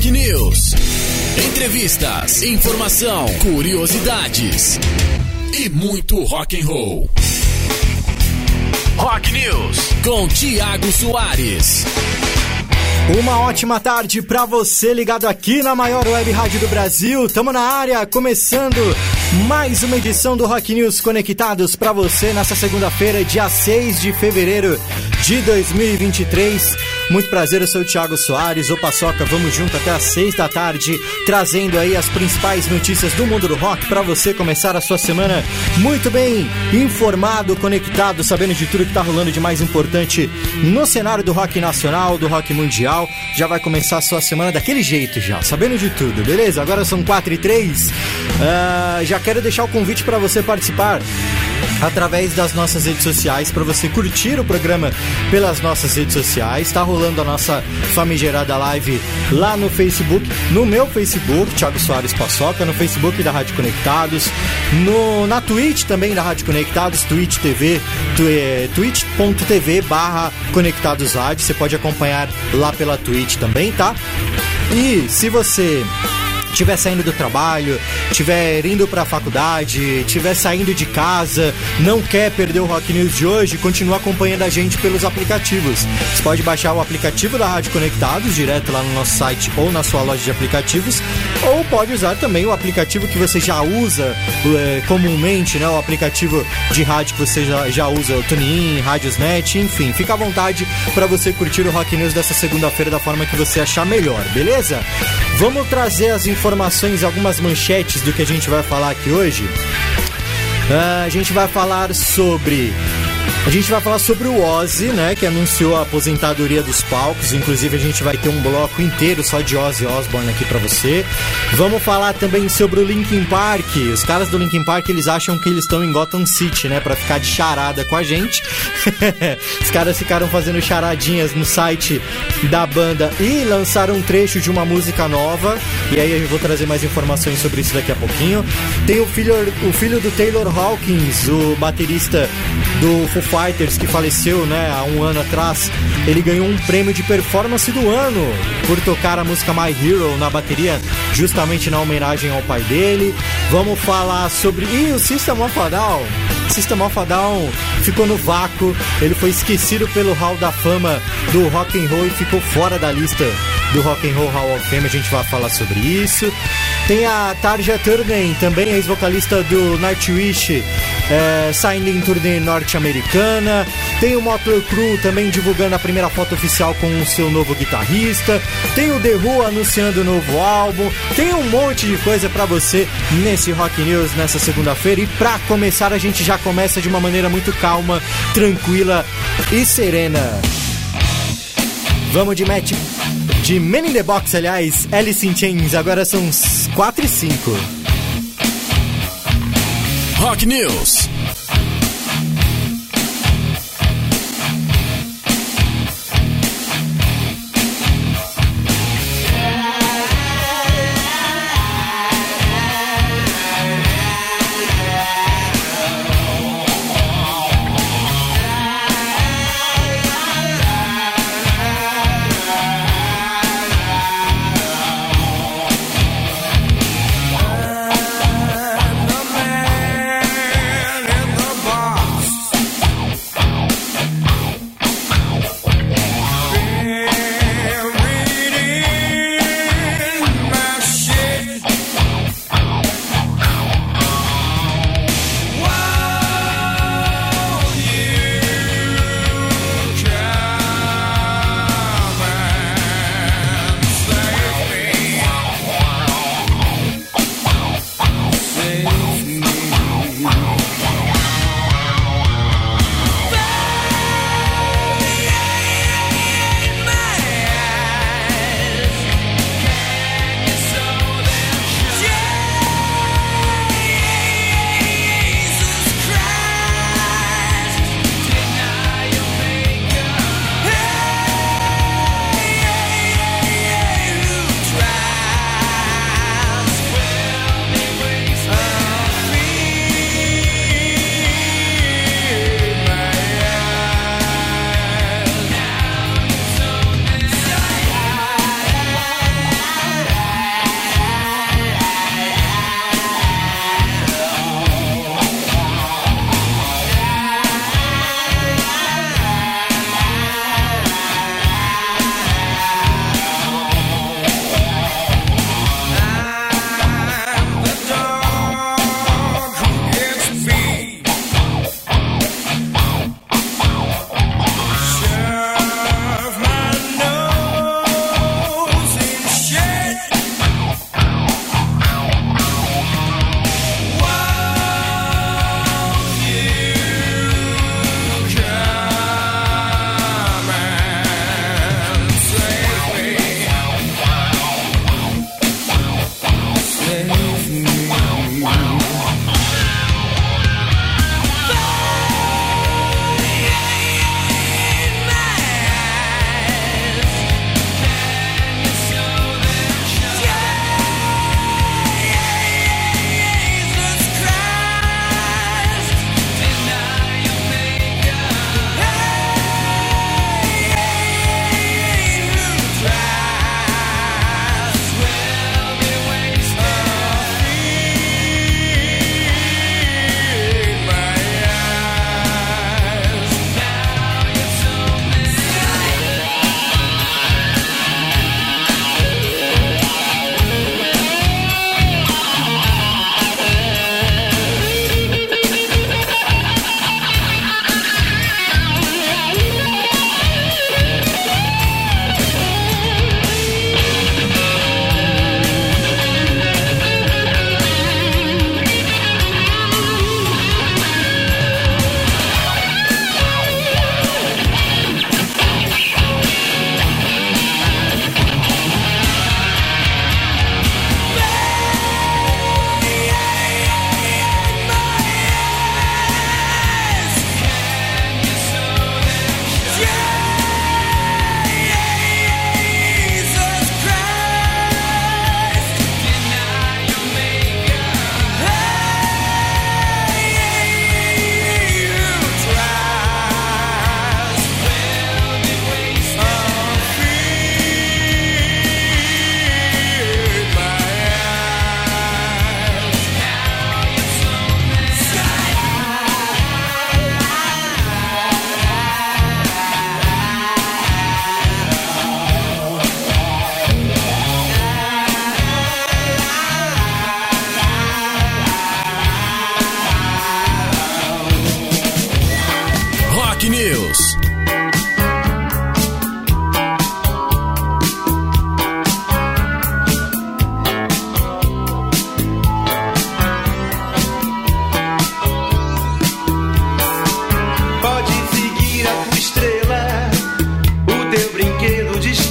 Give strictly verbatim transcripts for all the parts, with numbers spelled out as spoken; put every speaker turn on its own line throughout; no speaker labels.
Rock News. Entrevistas, informação, curiosidades e muito rock and roll. Rock News com Thiago Soares.
Uma ótima tarde pra você ligado aqui na maior web rádio do Brasil. Tamo na área, começando mais uma edição do Rock News Conectados pra você nessa segunda-feira, dia seis de fevereiro de dois mil e vinte e três. Muito prazer, eu sou o Thiago Soares, o Paçoca, vamos junto até às seis da tarde, trazendo aí as principais notícias do mundo do rock pra você começar a sua semana muito bem informado, conectado, sabendo de tudo que tá rolando de mais importante no cenário do rock nacional, do rock mundial. Já vai começar a sua semana daquele jeito já, sabendo de tudo, beleza? Agora são quatro e três, uh, já quero deixar o convite para você participar através das nossas redes sociais, para você curtir o programa pelas nossas redes sociais. Tá rolando a nossa famigerada live lá no Facebook, no meu Facebook, Thiago Soares Paçoca, no Facebook da Rádio Conectados, no, na Twitch também da Rádio Conectados, Twitch T V, twitch ponto t v barra Conectados Rádio. Você pode acompanhar lá pela Twitch também, tá? E se você estiver saindo do trabalho, estiver indo para a faculdade, estiver saindo de casa, não quer perder o Rock News de hoje, continua acompanhando a gente pelos aplicativos. Você pode baixar o aplicativo da Rádio Conectados direto lá no nosso site ou na sua loja de aplicativos, ou pode usar também o aplicativo que você já usa é, comumente, né? O aplicativo de rádio que você já, já usa, o TuneIn, Radiosnet, enfim, fica à vontade para você curtir o Rock News dessa segunda-feira da forma que você achar melhor, beleza? Vamos trazer as informações, algumas manchetes do que a gente vai falar aqui hoje. Uh, a gente vai falar sobre... A gente vai falar sobre o Ozzy, né, que anunciou a aposentadoria dos palcos. Inclusive a gente vai ter um bloco inteiro só de Ozzy Osbourne aqui pra você. Vamos falar também sobre o Linkin Park. Os caras do Linkin Park, eles acham que eles estão em Gotham City, né, pra ficar de charada com a gente. Os caras ficaram fazendo charadinhas no site da banda e lançaram um trecho de uma música nova. E aí eu vou trazer mais informações sobre isso daqui a pouquinho. Tem o filho, o filho do Taylor Hawkins, o baterista do Foo Fighters, que faleceu, né, há um ano atrás. Ele ganhou um prêmio de performance do ano por tocar a música My Hero na bateria, justamente na homenagem ao pai dele. Vamos falar sobre... Ih, o System of a Down. System of a Down ficou no vácuo. Ele foi esquecido pelo Hall da Fama do Rock and Roll e ficou fora da lista do Rock and Roll Hall of Fame. A gente vai falar sobre isso. Tem a Tarja Turunen, também ex-vocalista do Nightwish, é, saindo em turnê norte-americana. Tem o Motley Crue também divulgando a primeira foto oficial com o seu novo guitarrista. Tem o The Who anunciando o novo álbum. Tem um monte de coisa pra você nesse Rock News nessa segunda-feira. E pra começar, a gente já começa de uma maneira muito calma, tranquila e serena. Vamos de match de Man in the Box, aliás, Alice in Chains. Agora são quatro e cinco.
Rock News.
I'm the man in the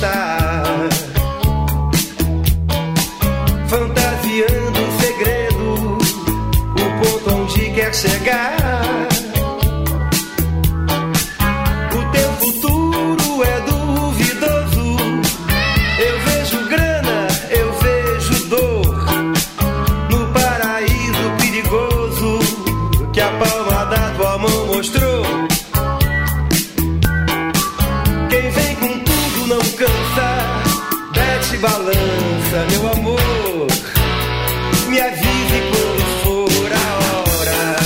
está, fantasiando um segredo, o ponto onde quer chegar. O teu futuro é duvidoso, eu vejo grana, eu vejo dor, no paraíso perigoso que a palma da tua mão mostrou. Quem vem com tudo não cansa, desce balança, meu amor, me avise quando for a hora.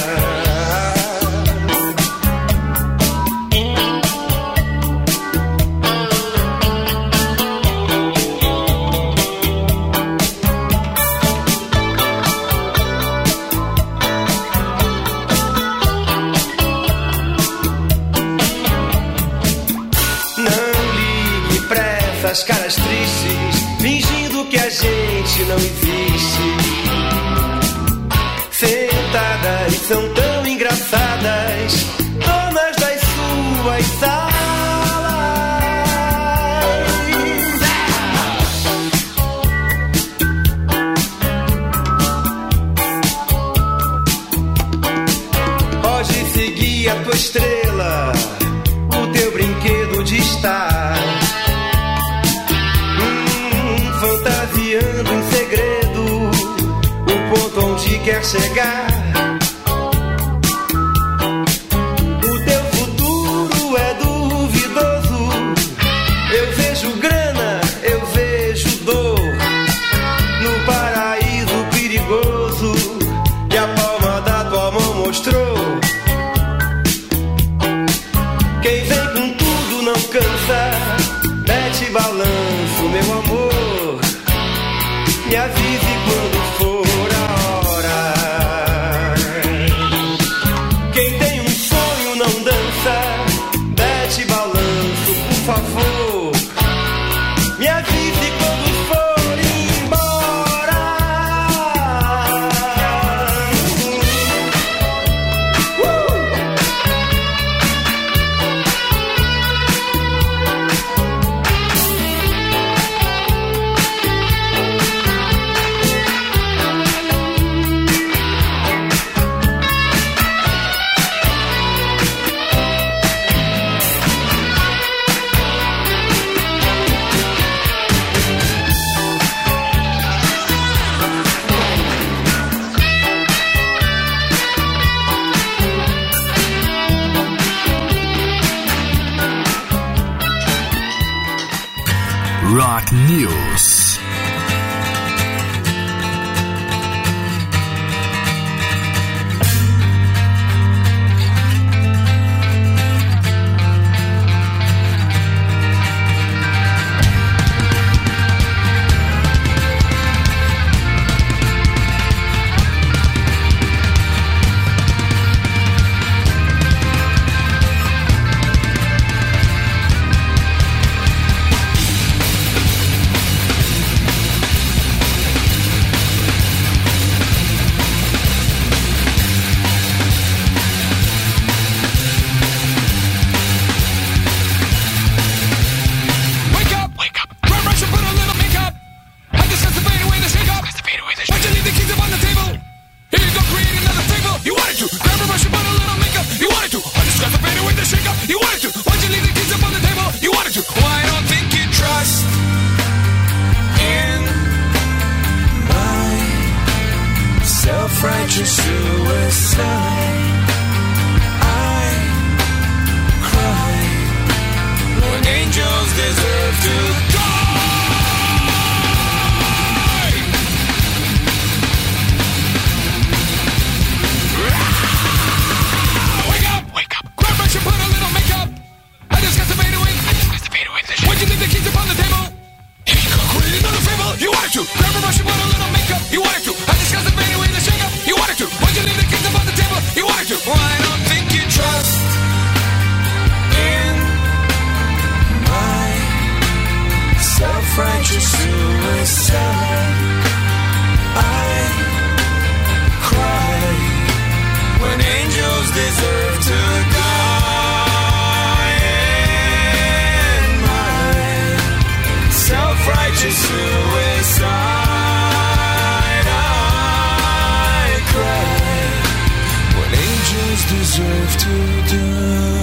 As caras tristes, fingindo que a gente não existe. Sentadas, são tão engraçadas, donas das suas salas. Pode seguir a tua estrela, o teu brinquedo de estar. Fantasiando em segredo, o ponto onde quer chegar. O teu futuro é duvidoso, eu vejo grana, eu vejo dor, no paraíso perigoso que a palma da tua mão mostrou. Quem vem com tudo não cansa, mete balanço, meu amor, me avise quando for a hora. Quem tem um sonho não dança, mete balanço, por favor, me avise quando for embora. uh!
Rock News.
Self-righteous suicide. I cry when angels deserve to die. Wake up, wake up. Grab brush and put a little makeup. I just got to fade away. I just got to fade away. Why'd you leave the keys upon the table? You could create another fable. You wanted to. Grab a brush and put a little makeup. You wanted to. I just got to fade away the shake up. You wanted to. Why'd you leave the keys upon the table? You wanted to. Well, I don't think you trust in my self-righteous suicide. I cry when angels deserve to die. And my deserve to die.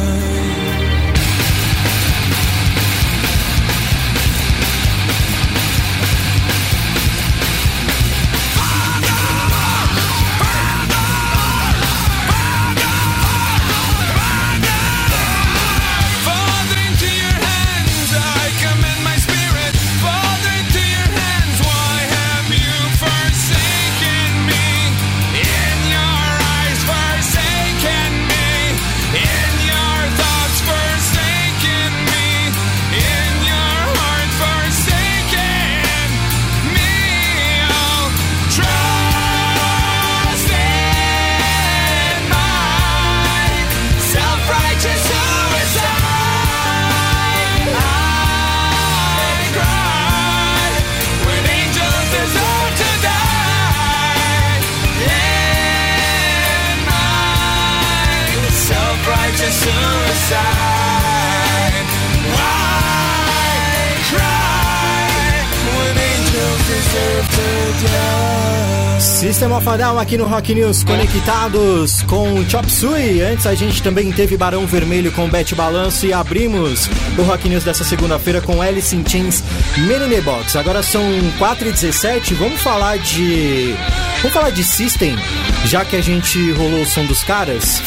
System of a Down aqui no Rock News, conectados com Chop Suey. Antes a gente também teve Barão Vermelho com Bete Balanço e abrimos o Rock News dessa segunda-feira com Alice in Chains, Men in the Box. Agora são quatro e dezessete, vamos falar de... Vamos falar de System, já que a gente rolou o som dos caras.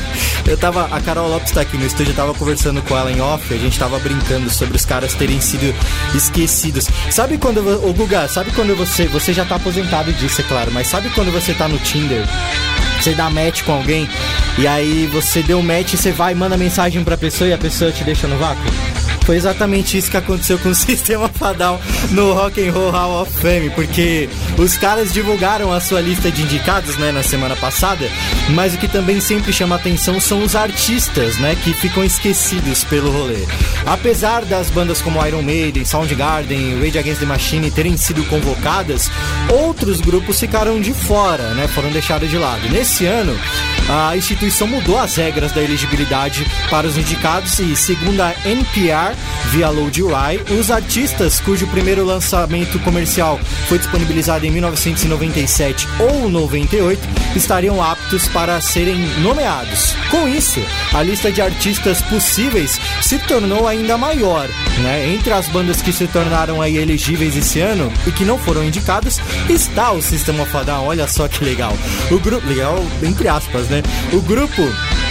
Eu tava, a Carol Lopes tá aqui no estúdio, eu tava conversando com ela em off, a gente tava brincando sobre os caras terem sido esquecidos. Sabe quando, ô Guga, sabe quando você, você já tá aposentado disso, é claro, mas sabe quando você tá no Tinder, você dá match com alguém, e aí você deu match e você vai e manda mensagem pra pessoa e a pessoa te deixa no vácuo? Foi exatamente isso que aconteceu com o System of a Down no Rock and Roll Hall of Fame, porque os caras divulgaram a sua lista de indicados, né, na semana passada, mas o que também sempre chama atenção são os artistas, né, que ficam esquecidos pelo rolê. Apesar das bandas como Iron Maiden, Soundgarden, Rage Against the Machine terem sido convocadas, outros grupos ficaram de fora, né, foram deixados de lado. Nesse ano, a instituição mudou as regras da elegibilidade para os indicados e, segundo a N P R, via Load Rai, os artistas cujo primeiro lançamento comercial foi disponibilizado em mil novecentos e noventa e sete ou noventa e oito estariam aptos para serem nomeados. Com isso, a lista de artistas possíveis se tornou ainda maior, né? Entre as bandas que se tornaram aí elegíveis esse ano e que não foram indicadas está o System of a Down. Olha só que legal. O grupo, legal entre aspas, né? O grupo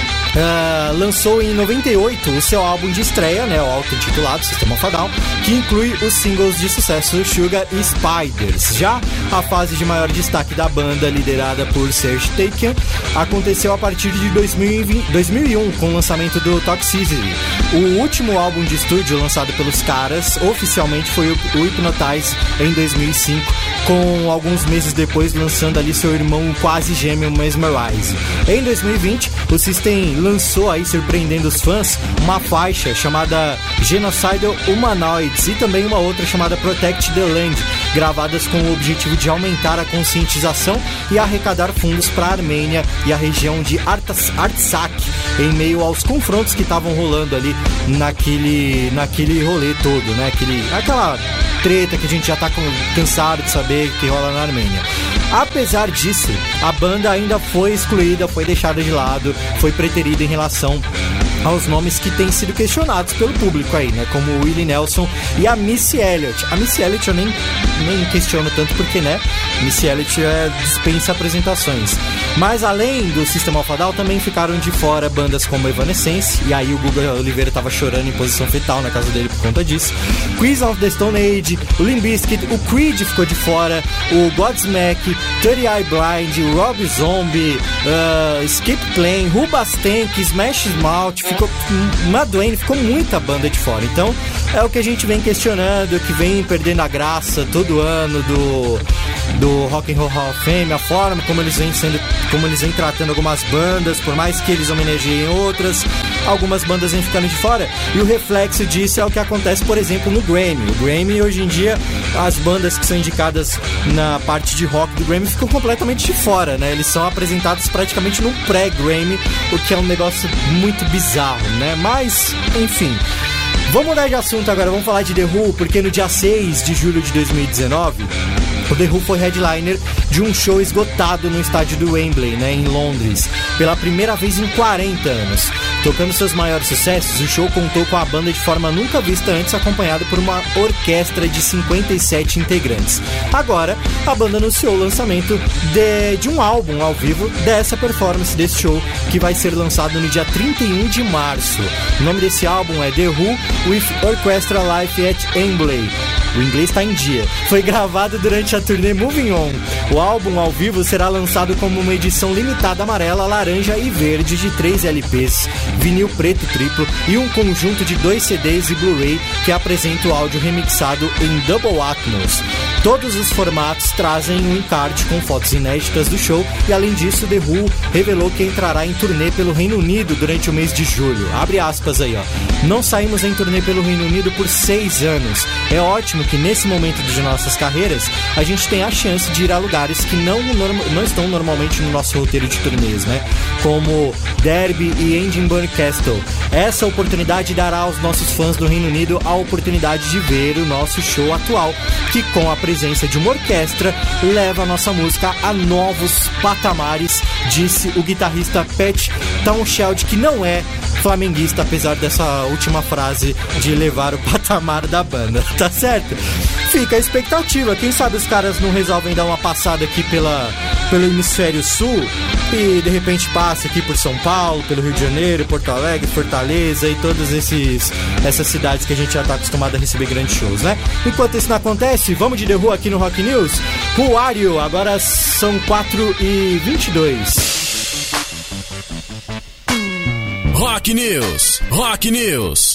Uh, lançou em noventa e oito o seu álbum de estreia, né, o auto-intitulado System of a Down, que inclui os singles de sucesso Sugar e Spiders. Já a fase de maior destaque da banda, liderada por Serj Tankian, aconteceu a partir de dois mil e vinte, dois mil e um, com o lançamento do Toxicity. O último álbum de estúdio lançado pelos caras oficialmente foi o Hypnotize em dois mil e cinco, com alguns meses depois lançando ali seu irmão quase gêmeo Mesmerize. Em dois mil e vinte, o System lançou aí, surpreendendo os fãs, uma faixa chamada Genocidal Humanoids e também uma outra chamada Protect the Land, gravadas com o objetivo de aumentar a conscientização e arrecadar fundos para a Armênia e a região de Artsakh, em meio aos confrontos que estavam rolando ali naquele, naquele rolê todo, né? Aquele, aquela treta que a gente já tá cansado de saber que rola na Armênia. Apesar disso, a banda ainda foi excluída, foi deixada de lado, foi preterida em relação aos nomes que têm sido questionados pelo público aí, né? Como o Willie Nelson e a Missy Elliott. A Missy Elliott eu nem, nem questiono tanto porque, né? Missy Elliott é, dispensa apresentações. Mas além do System of a Down, também ficaram de fora bandas como Evanescence, e aí o Guga Oliveira tava chorando em posição fetal na casa dele por conta disso. Queens of the Stone Age, o Limp Bizkit, o Creed ficou de fora, o Godsmack, Third Eye Blind, Rob Zombie, uh, Skip Plane, Rubastank, Smash Mouth, ficou Madwayne, ficou muita banda de fora. Então é o que a gente vem questionando, que vem perdendo a graça todo ano do, do Rock and Roll Hall of Fame, a forma como eles vêm sendo, como eles vêm tratando algumas bandas, por mais que eles homenageiem outras, algumas bandas vêm ficando de fora, e o reflexo disso é o que acontece, por exemplo, no Grammy. O Grammy, hoje em dia, as bandas que são indicadas na parte de rock do Grammy ficam completamente de fora, né? Eles são apresentados praticamente num pré-Grammy, o que é um negócio muito bizarro, né? Mas, enfim... Vamos mudar de assunto agora, vamos falar de The Who, porque no dia seis de julho de dois mil e dezenove, O The Who foi headliner de um show esgotado no estádio do Wembley, né, em Londres, pela primeira vez em quarenta anos. Tocando seus maiores sucessos, o show contou com a banda de forma nunca vista antes, acompanhado por uma orquestra de cinquenta e sete integrantes. Agora, a banda anunciou o lançamento de, de um álbum ao vivo dessa performance, desse show, que vai ser lançado no dia trinta e um de março. O nome desse álbum é The Who with Orchestra Live at Wembley. O inglês está em dia. Foi gravado durante a turnê Moving On. O álbum ao vivo será lançado como uma edição limitada amarela, laranja e verde de três L Ps, vinil preto triplo e um conjunto de dois C Ds e Blu-ray que apresenta o áudio remixado em Double Atmos. Todos os formatos trazem um encarte com fotos inéditas do show e, além disso, The Who revelou que entrará em turnê pelo Reino Unido durante o mês de julho. Abre aspas aí, ó. Não saímos em turnê pelo Reino Unido por seis anos. É ótimo que nesse momento de nossas carreiras a gente tem a chance de ir a lugares que não, não estão normalmente no nosso roteiro de turnês, né? Como Derby e Edinburgh Castle. Essa oportunidade dará aos nossos fãs do Reino Unido a oportunidade de ver o nosso show atual, que com a presença de uma orquestra leva a nossa música a novos patamares, disse o guitarrista Pat Townshend, que não é flamenguista, apesar dessa última frase de levar o patamar da banda, tá certo? Fica a expectativa, quem sabe os caras não resolvem dar uma passada aqui pela, pelo hemisfério sul e de repente passa aqui por São Paulo, pelo Rio de Janeiro, Porto Alegre, Fortaleza e todas esses, essas cidades que a gente já tá acostumado a receber grandes shows, né? Enquanto isso não acontece, vamos de The Who aqui no Rock News. Who Are You? Agora são quatro e vinte e dois.
Rock News, Rock News.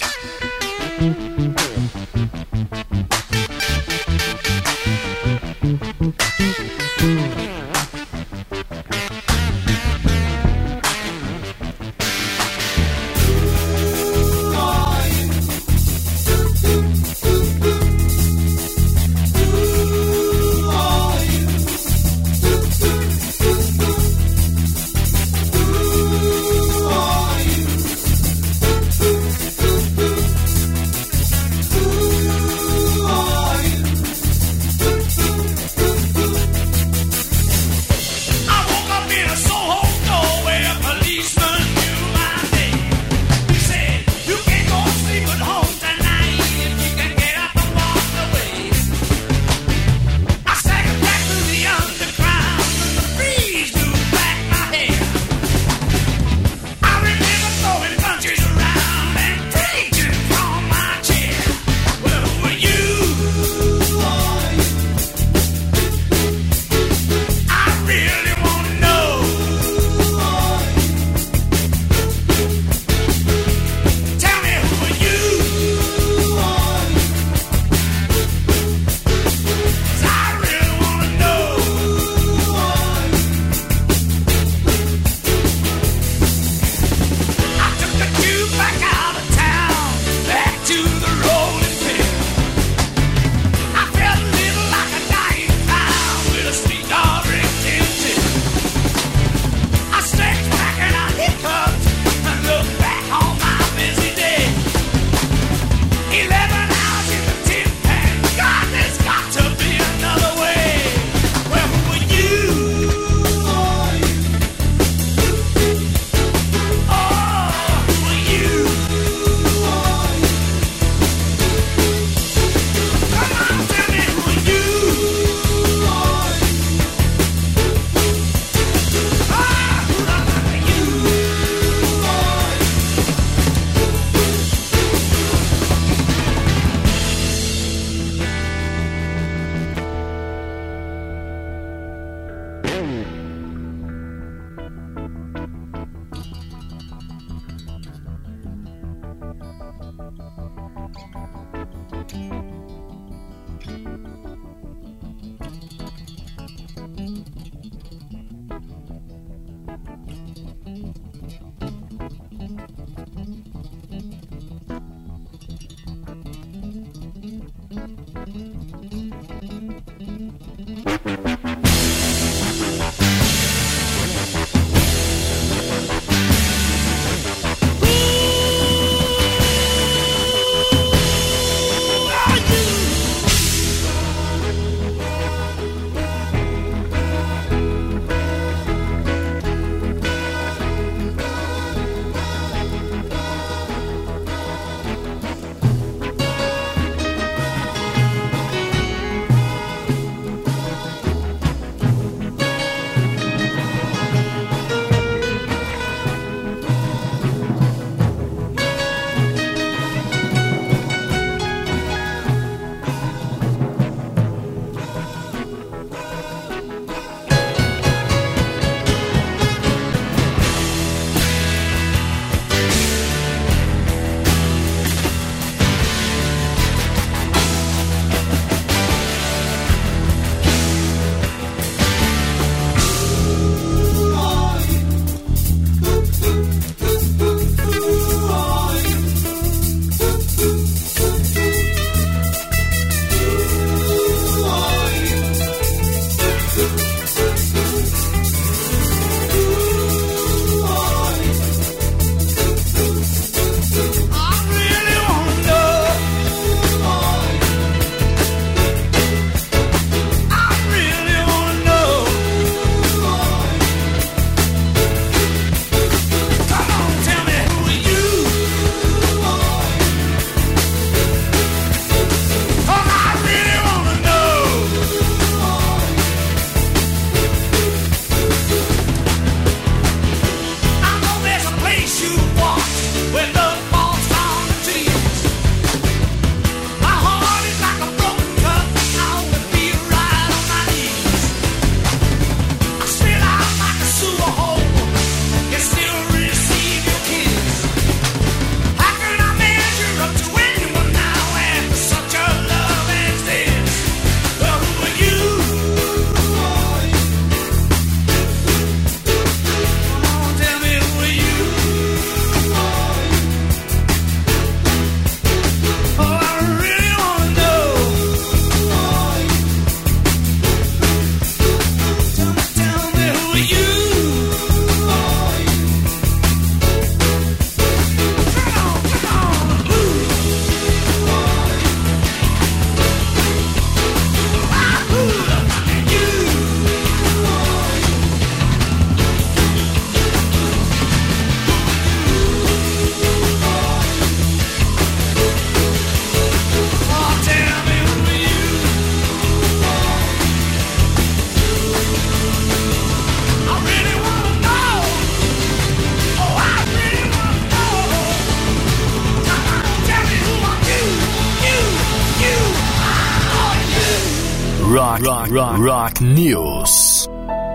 Rock, rock, rock, rock News.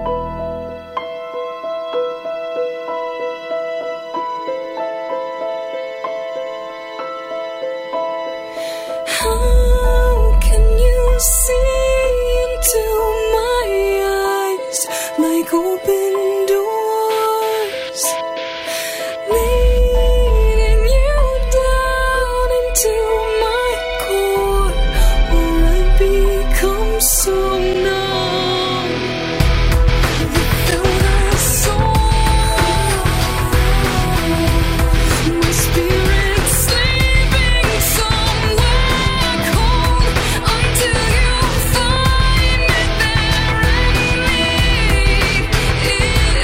How can you see into my eyes like open doors, leading you down into my core, where I become so numb without a soul. My spirit sleeping somewhere cold until you find me there and lead it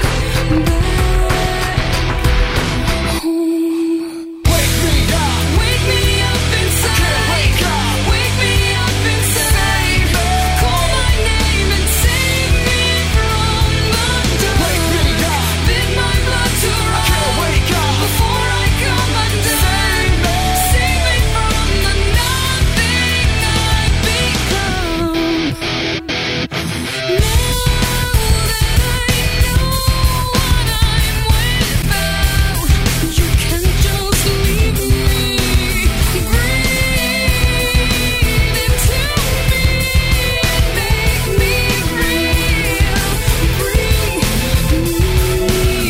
back home. Wake me up, wake me up inside. Can't wake up, wake me up inside. Call my name and save me from the dark. Wake me up, bid my blood to run. Can't wake up before I come undone. Save me from the nothing I've become. Now that I know what I'm without, you can't just leave me. Breathe into me, make me real. Bring me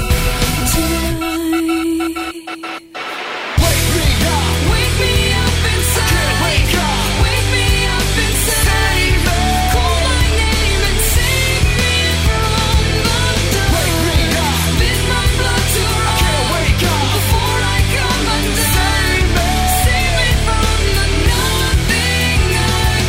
tonight. Wake me up, wake me up inside. Can't wake up, wake me up inside. Call my name and save me from the dark. Wake me up, bid my blood to run. Can't wake up before I come undone. Save me from the nothing I've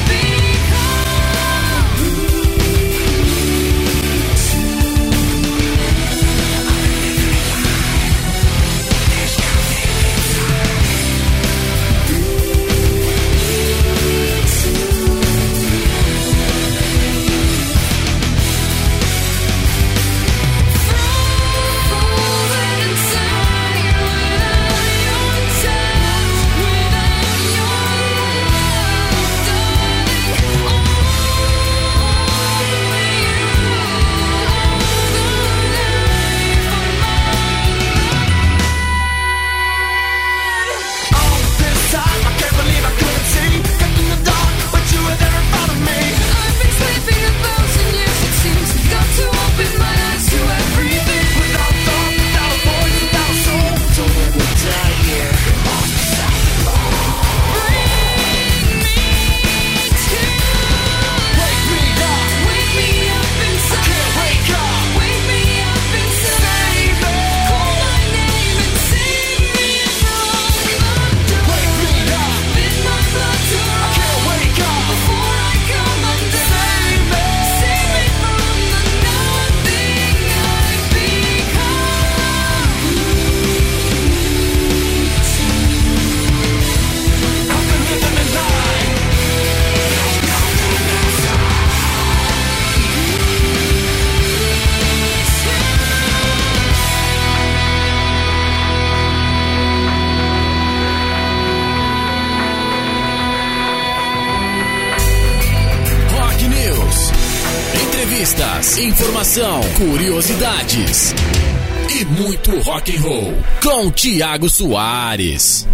I've been sleeping a thousand years, it seems. Got to open my eyes to everything. Without thought, without a voice, without a soul. Don't let me die here. Bring me to. Wake me up, wake me up inside. Can't wake up, wake me up inside. Call my name and save me from the dark. Wake me up, bid my blood to run. Can't wake up before I come undone. Save me from the nothing I've become.
I've been living a lie.
Rock News. Entrevistas, informação, curiosidades e muito rock and roll com Thiago Soares.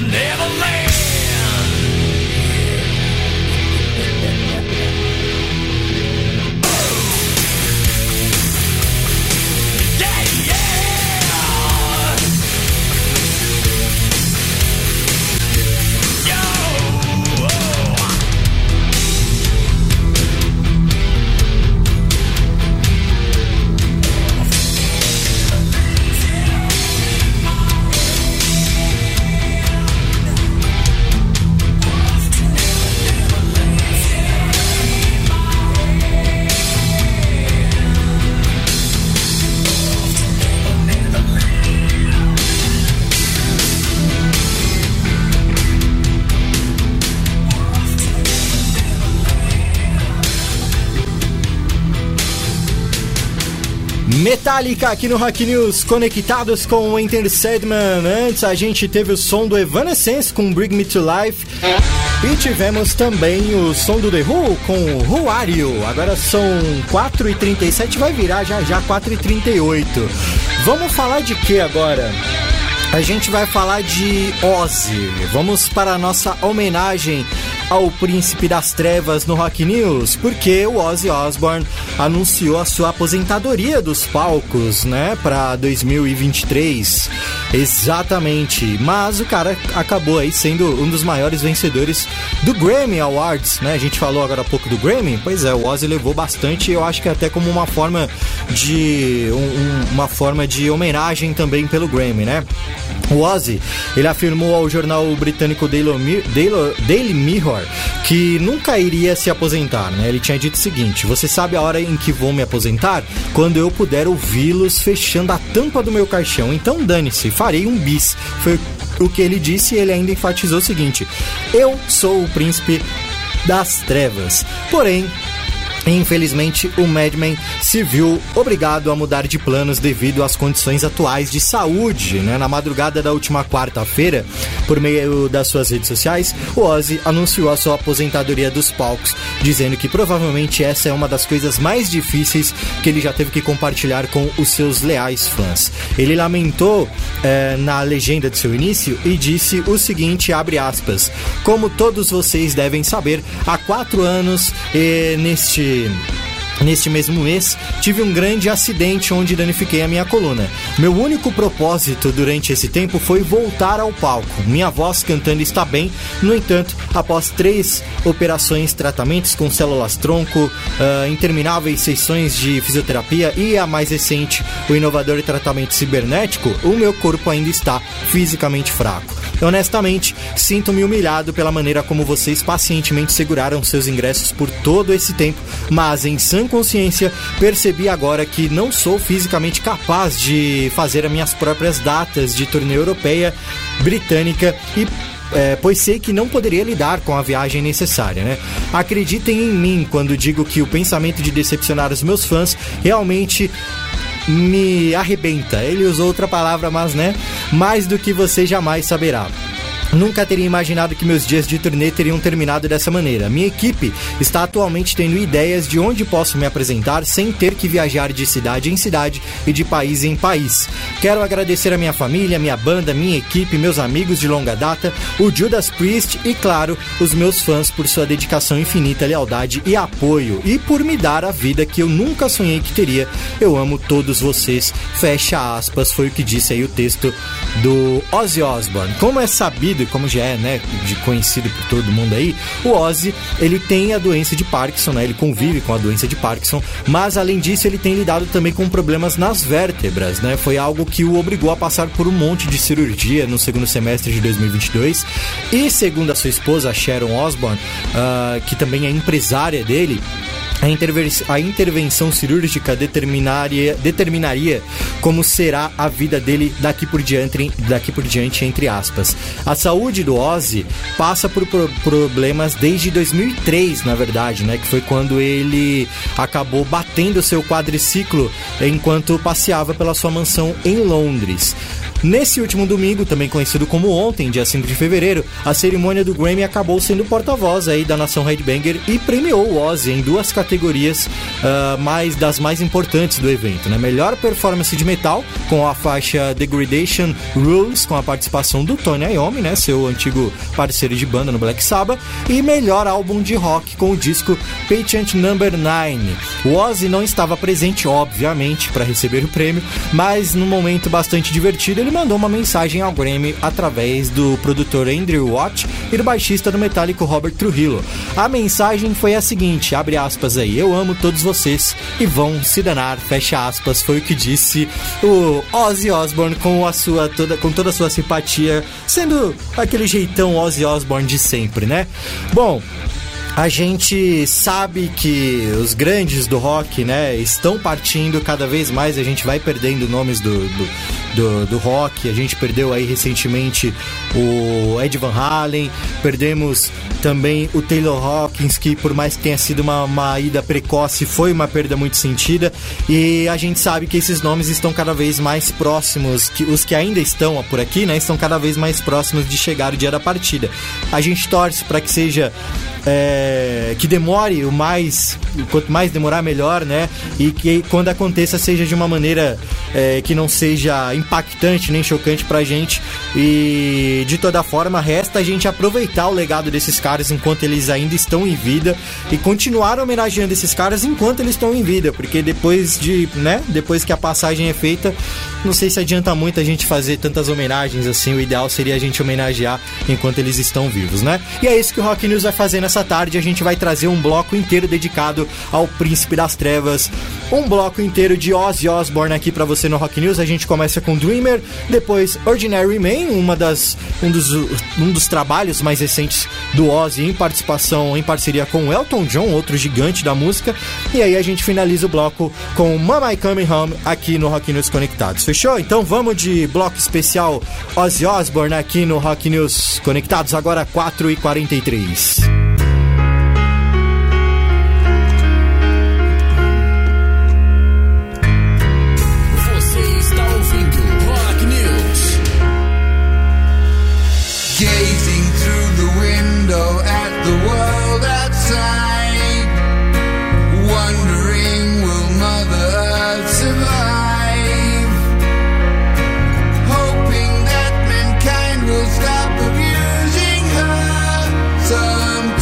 Neverland.
Metallica aqui no Rock News, conectados com o Enter Sandman. Antes a gente teve o som do Evanescence com Bring Me to Life e tivemos também o som do The Who com Who Are You. Agora são quatro e trinta e sete, vai virar já já quatro e trinta e oito. Vamos falar de que agora? A gente vai falar de Ozzy. Vamos para a nossa homenagem ao Príncipe das Trevas no Rock News, porque o Ozzy Osbourne anunciou a sua aposentadoria dos palcos, né, para dois mil e vinte e três. Exatamente, mas o cara acabou aí sendo um dos maiores vencedores do Grammy Awards, né? A gente falou agora há pouco do Grammy, pois é, o Ozzy levou bastante, eu acho que até como uma forma de um, um, uma forma de homenagem também pelo Grammy, né? O Ozzy, ele afirmou ao jornal britânico Daily, Daily, Daily Mirror que nunca iria se aposentar, né? Ele tinha dito o seguinte: você sabe a hora em que vou me aposentar? Quando eu puder ouvi-los fechando a tampa do meu caixão. Então dane-se, farei um bis. Foi o que ele disse, e ele ainda enfatizou o seguinte: eu sou o príncipe das trevas. Porém, infelizmente, o Madman se viu obrigado a mudar de planos devido às condições atuais de saúde, né? Na madrugada da última quarta-feira, por meio das suas redes sociais, o Ozzy anunciou a sua aposentadoria dos palcos, dizendo que provavelmente essa é uma das coisas mais difíceis que ele já teve que compartilhar com os seus leais fãs. Ele lamentou eh, na legenda de seu início e disse o seguinte, abre aspas: como todos vocês devem saber, há quatro anos eh, neste Neste mesmo mês, tive um grande acidente onde danifiquei a minha coluna. Meu único propósito durante esse tempo foi voltar ao palco. Minha voz cantando está bem, no entanto, após três operações, tratamentos com células-tronco, uh, intermináveis sessões de fisioterapia e a mais recente, o inovador tratamento cibernético, o meu corpo ainda está fisicamente fraco. Honestamente, sinto-me humilhado pela maneira como vocês pacientemente seguraram seus ingressos por todo esse tempo, mas em sã consciência, percebi agora que não sou fisicamente capaz de fazer as minhas próprias datas de turnê europeia, britânica e É, pois sei que não poderia lidar com a viagem necessária, né? Acreditem em mim quando digo que o pensamento de decepcionar os meus fãs realmente me arrebenta. Ele usou outra palavra, mas né, mais do que você jamais saberá. Nunca teria imaginado que meus dias de turnê teriam terminado dessa maneira. Minha equipe está atualmente tendo ideias de onde posso me apresentar sem ter que viajar de cidade em cidade e de país em país. Quero agradecer a minha família, minha banda, minha equipe, meus amigos de longa data, o Judas Priest e, claro, os meus fãs por sua dedicação infinita, lealdade e apoio e por me dar a vida que eu nunca sonhei que teria. Eu amo todos vocês. Fecha aspas, foi o que disse aí o texto do Ozzy Osbourne. Como é sabido, como já é, né, de conhecido por todo mundo aí, o Ozzy, ele tem a doença de Parkinson, né, ele convive com a doença de Parkinson, mas além disso ele tem lidado também com problemas nas vértebras, né, foi algo que o obrigou a passar por um monte de cirurgia no segundo semestre de dois mil e vinte e dois, e segundo a sua esposa, Sharon Osbourne, uh, que também é empresária dele, A, interven- a intervenção cirúrgica determinaria, determinaria como será a vida dele daqui por diante, daqui por diante, entre aspas. A saúde do Ozzy passa por pro- problemas desde dois mil e três, na verdade, né? Que foi quando ele acabou batendo seu quadriciclo enquanto passeava pela sua mansão em Londres. Nesse último domingo, também conhecido como ontem, dia cinco de fevereiro, a cerimônia do Grammy acabou sendo porta-voz aí da nação Headbanger e premiou o Ozzy em duas categorias uh, mais, das mais importantes do evento, né? Melhor performance de metal, com a faixa Degradation Rules, com a participação do Tony Iommi, né? Seu antigo parceiro de banda no Black Sabbath, e melhor álbum de rock com o disco Patient Number nine. O Ozzy não estava presente, obviamente, para receber o prêmio, mas num momento bastante divertido ele mandou uma mensagem ao Grammy através do produtor Andrew Watt e do baixista do Metallica Robert Trujillo. A mensagem foi a seguinte, abre aspas aí: eu amo todos vocês e vão se danar, fecha aspas, foi o que disse o Ozzy Osbourne com, a sua, toda, com toda a sua simpatia, sendo aquele jeitão Ozzy Osbourne de sempre, né? Bom, a gente sabe que os grandes do rock, né, estão partindo cada vez mais, a gente vai perdendo nomes do, do, do, do rock. A gente perdeu aí recentemente o Ed Van Halen, perdemos também o Taylor Hawkins, que por mais que tenha sido uma, uma ida precoce, foi uma perda muito sentida, e a gente sabe que esses nomes estão cada vez mais próximos, que os que ainda estão por aqui, né, estão cada vez mais próximos de chegar o dia da partida. A gente torce para que seja É, que demore o mais, quanto mais demorar melhor, né? E que quando aconteça seja de uma maneira é, que não seja impactante nem chocante pra gente. E de toda forma resta a gente aproveitar o legado desses caras enquanto eles ainda estão em vida e continuar homenageando esses caras enquanto eles estão em vida, porque depois de, né? Depois que a passagem é feita, não sei se adianta muito a gente fazer tantas homenagens assim. O ideal seria a gente homenagear enquanto eles estão vivos, né? E é isso que o Rock News vai fazer nessa tarde. A gente vai trazer um bloco inteiro dedicado ao Príncipe das Trevas, um bloco inteiro de Ozzy Osbourne aqui pra você no Rock News. A gente começa com Dreamer, depois Ordinary Man, uma das, um, dos, um dos trabalhos mais recentes do Ozzy em participação, em parceria com Elton John, outro gigante da música, e aí a gente finaliza o bloco com Mama I Coming Home aqui no Rock News Conectados. Fechou? Então vamos de bloco especial Ozzy Osbourne aqui no Rock News Conectados, agora quatro e quarenta e três.
Gazing through the window at the world outside, wondering will Mother Earth survive, hoping that mankind will stop abusing her. Some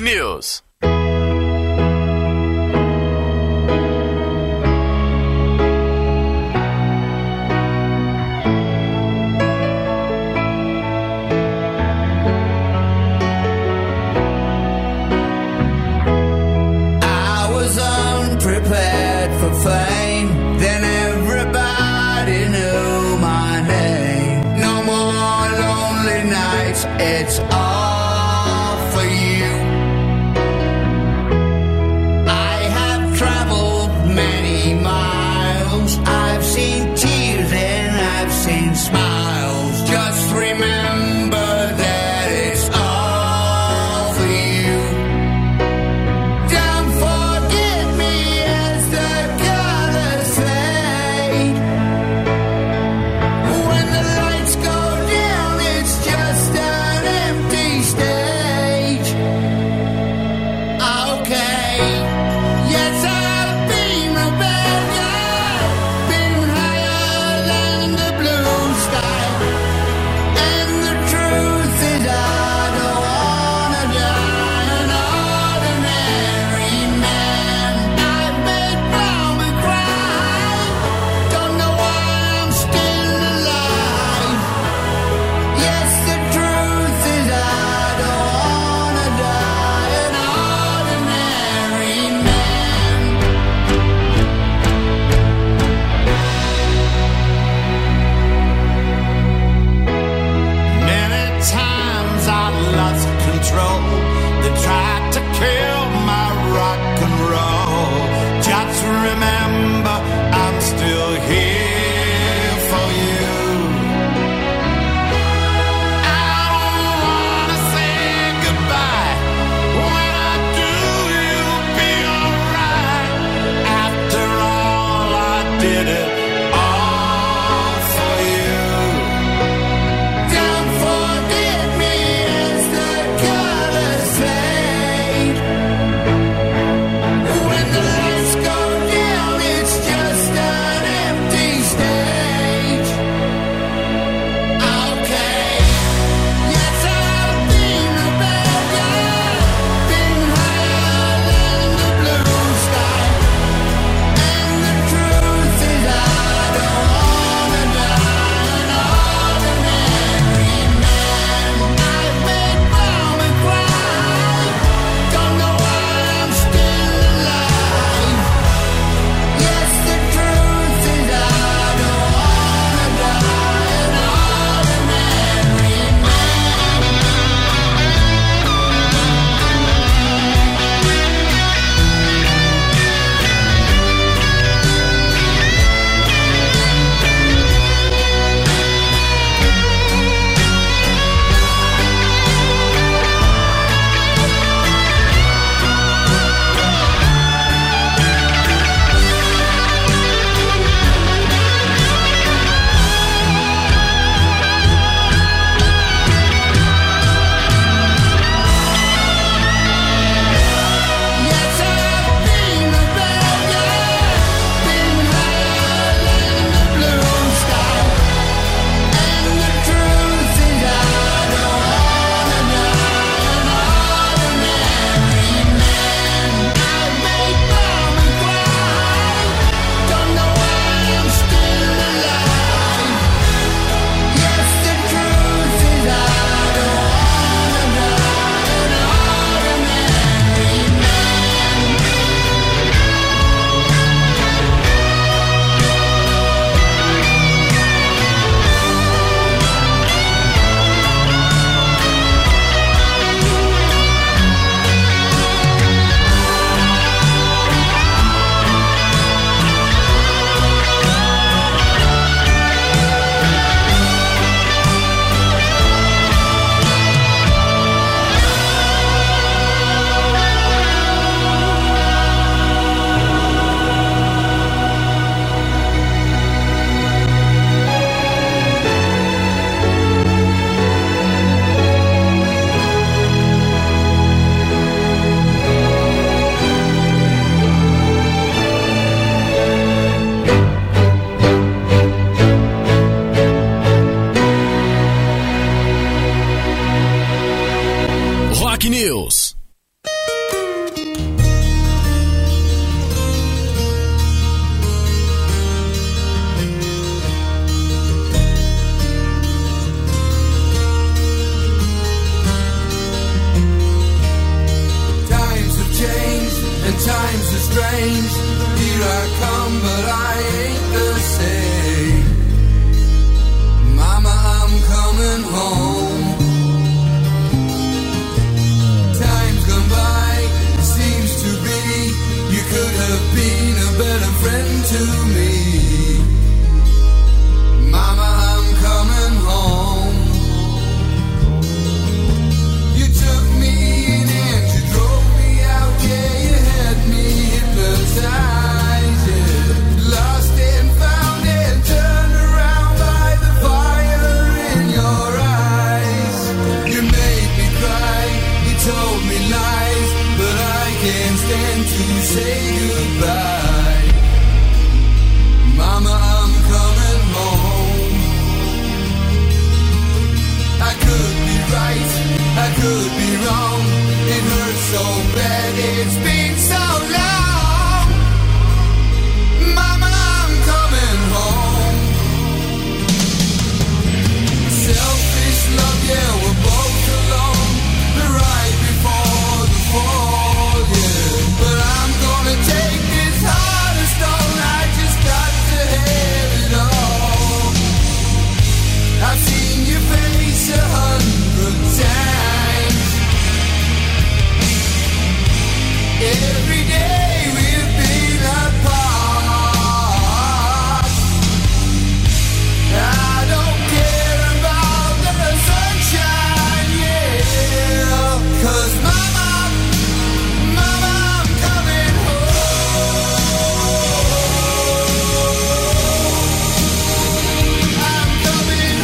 News.
Prepared for fame, then everybody knew my name. No more lonely nights, it's all for you. I have traveled many miles, I've seen tears and I've seen smiles. Just remember that it's all for you. Don't forget me as the colors fade. When the lights go down, it's just an empty stage. Okay, yes, I've been a bad guy, been higher than the blue sky. changed. Here I come, but I ain't the same. Mama, I'm coming home. Time's gone by, seems to be. You could have been a better friend to me. Mama, I'm coming home. You took me in and you drove me out. Yeah, you had me hypnotized. Yeah. Lost and found and turned around by the fire in your eyes. You made me cry, you told me lies, but I can't stand to say goodbye. Mama, I'm coming home. I could be right, I could be wrong. It hurts so bad, it's been so long. Mama, I'm coming home. Selfish love, yeah, we're both alone. Right before the fall, yeah. But I'm gonna take this heart of stone. I just got to have it all. I've seen your face a hundred times. Every day we've been apart. I don't care about the sunshine, yeah. 'Cause mama, mama, I'm coming home. I'm coming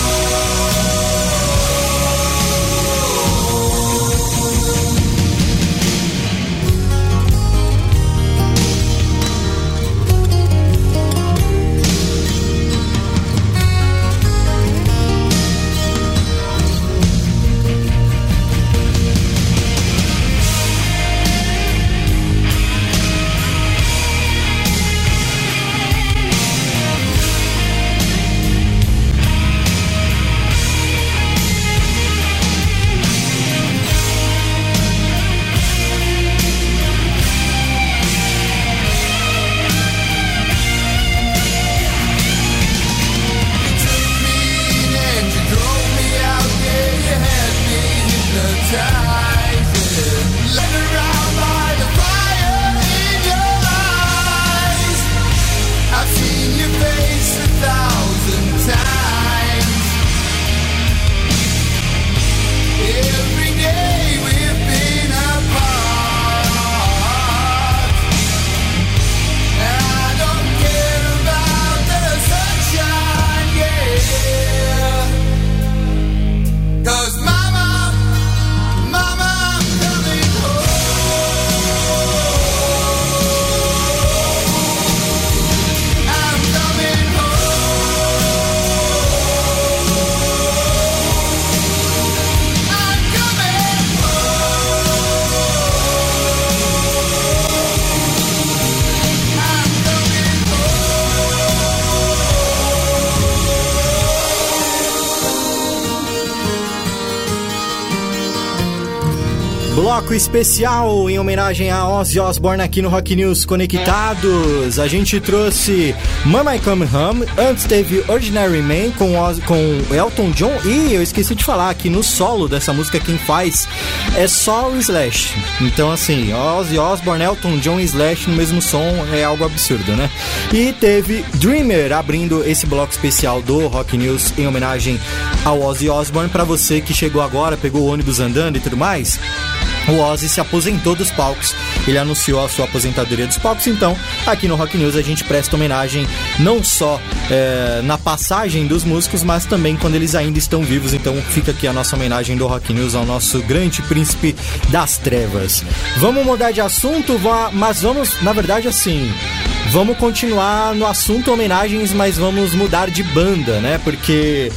Bloco especial em homenagem a Ozzy Osbourne aqui no Rock News Conectados. A gente trouxe Mama I Come Home, antes teve Ordinary Man com, Oz, com Elton John, e eu esqueci de falar que no solo dessa música quem faz é só o Slash. Então assim, Ozzy Osbourne, Elton John e Slash no mesmo som é algo absurdo, né? E teve Dreamer abrindo esse bloco especial do Rock News em homenagem ao Ozzy Osbourne. Pra você que chegou agora, pegou o ônibus andando e tudo mais, o Ozzy se aposentou dos palcos, ele anunciou a sua aposentadoria dos palcos. Então aqui no Rock News a gente presta homenagem não só é, na passagem dos músicos, mas também quando eles ainda estão vivos. Então fica aqui a nossa homenagem do Rock News ao nosso grande príncipe das trevas. Vamos mudar de assunto, mas vamos, na verdade assim, vamos continuar no assunto homenagens, mas vamos mudar de banda, né? Porque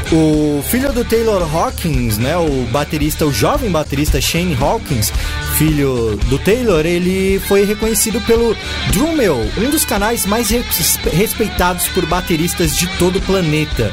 o filho do Taylor Hawkins, né, o baterista, o jovem baterista Shane Hawkins, filho do Taylor, ele foi reconhecido pelo Drummel, um dos canais mais respeitados por bateristas de todo o planeta.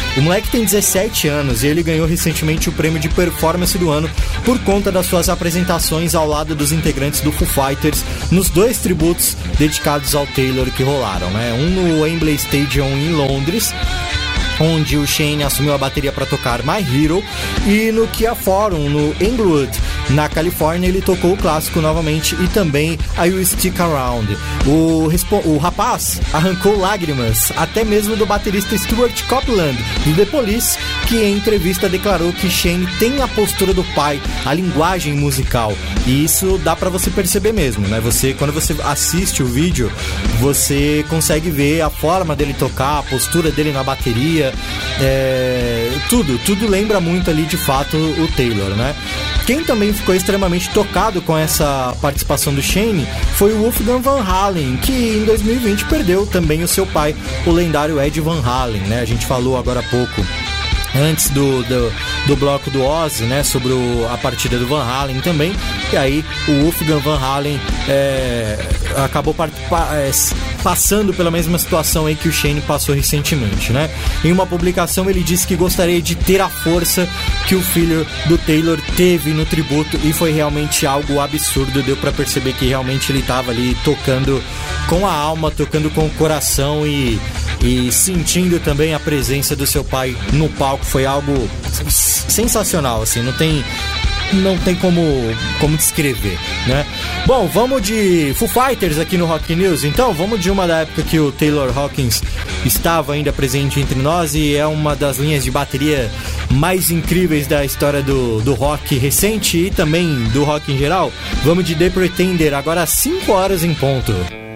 O moleque tem dezessete anos e ele ganhou recentemente o prêmio de performance do ano por conta das suas apresentações ao lado dos integrantes do Foo Fighters nos dois tributos dedicados ao Taylor que rolaram, né? Um no Wembley Stadium em Londres, onde o Shane assumiu a bateria para tocar My Hero, e no Kia Forum, no Inglewood, na Califórnia, ele tocou o clássico novamente e também I Will Stick Around. O, o rapaz arrancou lágrimas, até mesmo do baterista Stuart Copeland, do The Police, que em entrevista declarou que Shane tem a postura do pai, a linguagem musical, e isso dá para você perceber mesmo, né? Você, quando você assiste o vídeo, você consegue ver a forma dele tocar, a postura dele na bateria, é, tudo, tudo lembra muito ali de fato o Taylor, né? Quem também ficou extremamente tocado com essa participação do Shane foi o Wolfgang Van Halen, que em dois mil e vinte perdeu também o seu pai, o lendário Ed Van Halen, né? A gente falou agora há pouco, antes do, do, do bloco do Ozzy, né, sobre o, a partida do Van Halen também, e aí o Wolfgang Van Halen é, acabou part, pa, é, passando pela mesma situação aí que o Shane passou recentemente, né? Em uma publicação ele disse que gostaria de ter a força que o filho do Taylor teve no tributo, e foi realmente algo absurdo, deu pra perceber que realmente ele tava ali tocando com a alma, tocando com o coração e, e sentindo também a presença do seu pai no palco. Foi algo sensacional, assim, não tem, não tem como, como descrever, né? Bom, vamos de Foo Fighters aqui no Rock News, então, vamos de uma da época que o Taylor Hawkins estava ainda presente entre nós, e é uma das linhas de bateria mais incríveis da história do, do rock recente e também do rock em geral. Vamos de The Pretender, agora às cinco horas em ponto.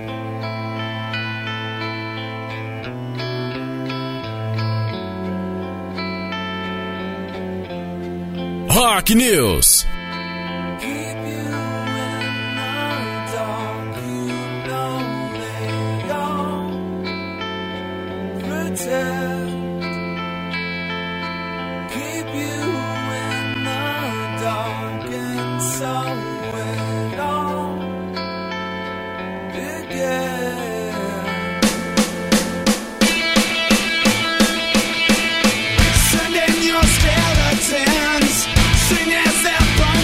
Rock News.
Send in your skeletons, sing as their bones.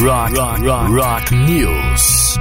Rock, rock, rock, rock News.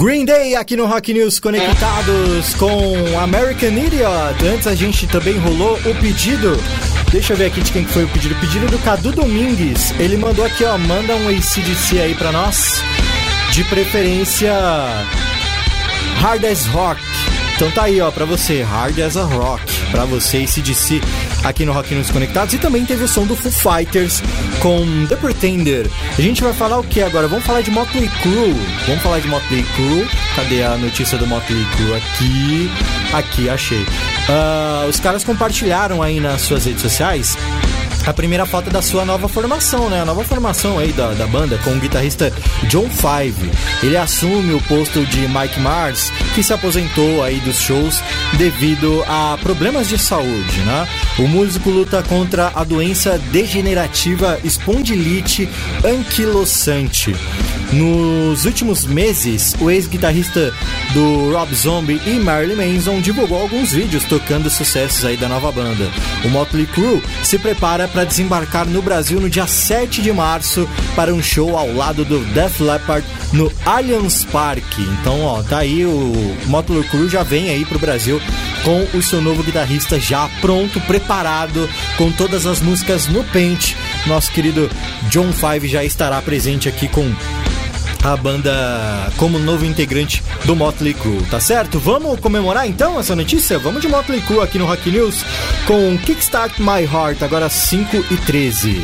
Green Day aqui no Rock News conectados com American Idiot. Antes a gente também rolou o pedido. Deixa eu ver aqui de quem foi o pedido. O pedido do Cadu Domingues. Ele mandou aqui, ó, manda um A C D C aí pra nós. De preferência Hard as Rock. Então tá aí, ó, pra você, Hard as a Rock. Pra você, A C D C aqui no Rock News Conectados. E também teve o som do Foo Fighters com The Pretender. A gente vai falar o que agora? Vamos falar de Motley Crue. Vamos falar de Motley Crue. Cadê a notícia do Motley Crue? Aqui, aqui, achei. Uh, os caras compartilharam aí nas suas redes sociais a primeira foto da sua nova formação, né? A nova formação aí da, da banda com o guitarrista John Five. Ele assume o posto de Mike Mars, que se aposentou aí dos shows devido a problemas de saúde, né? O músico luta contra a doença degenerativa espondilite anquilosante. Nos últimos meses, o ex-guitarrista do Rob Zombie e Marilyn Manson divulgou alguns vídeos tocando sucessos aí da nova banda. O Motley Crue se prepara para desembarcar no Brasil no dia sete de março para um show ao lado do Def Leppard no Allianz Parque. Então, ó, tá aí, o Motley Crue já vem aí pro Brasil com o seu novo guitarrista já pronto, preparado, com todas as músicas no pente. Nosso querido John Five já estará presente aqui com a banda como novo integrante do Motley Crue, tá certo? Vamos comemorar então essa notícia? Vamos de Motley Crue aqui no Rock News com Kickstart My Heart, agora cinco e treze.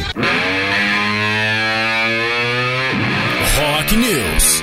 Rock News.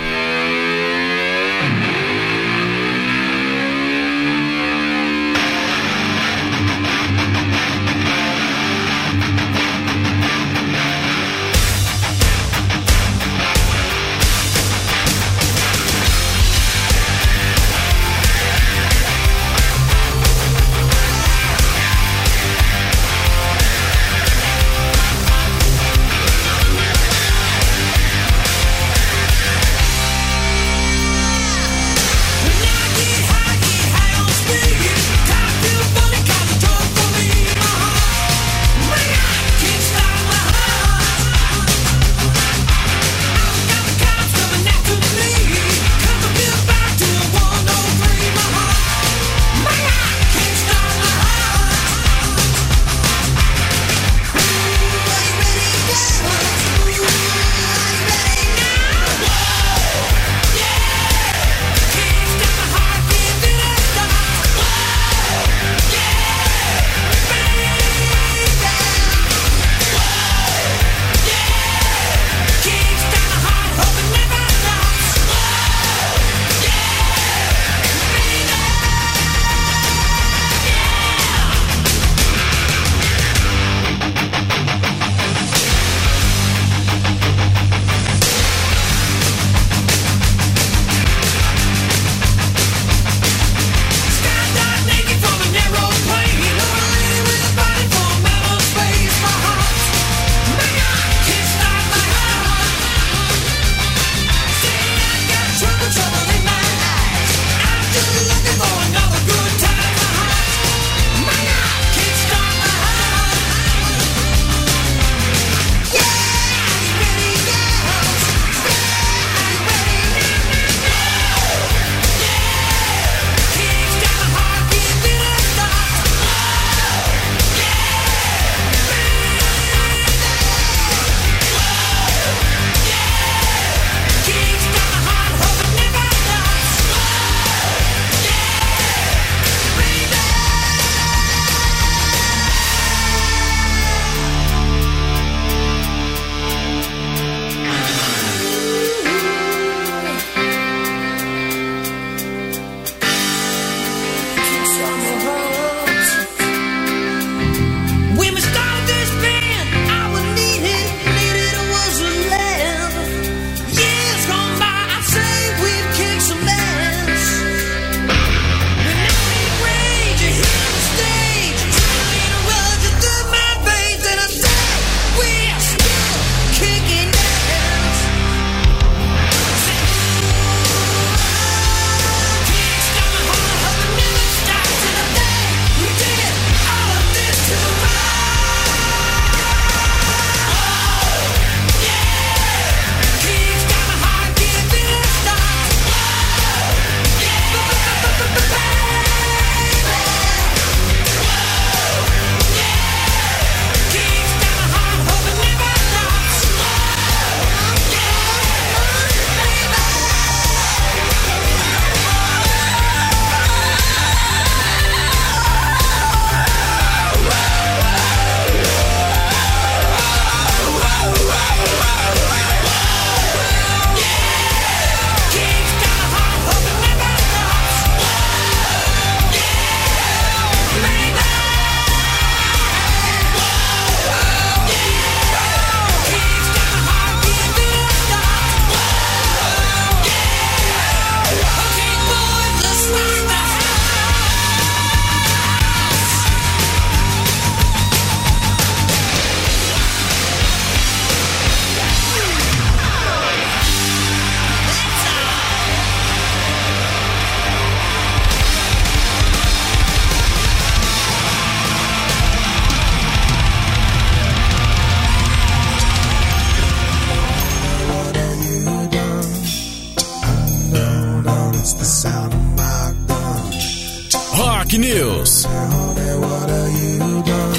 Rock News.
What have you done?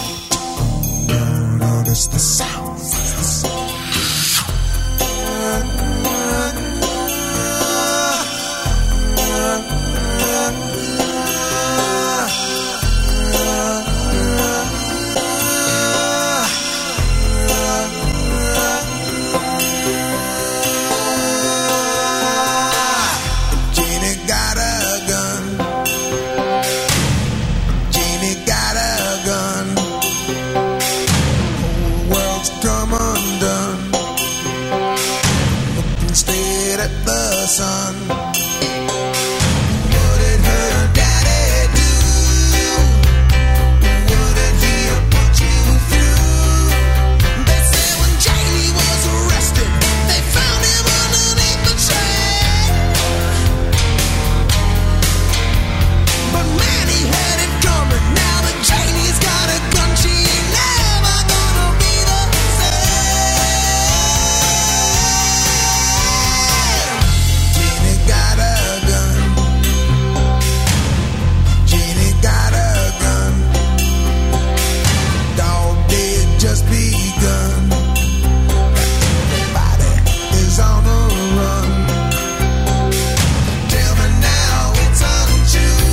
Notice the sound.
Son, what did her daddy do? What did he put you through? They say when Jamie was arrested, they found him underneath the train. But man, he had it coming. Now that Jamie's got a gun, she ain't never gonna be the got a gun. Jeannie got a gun. Dog did just begun. Everybody is on the run. Tell me now it's untrue.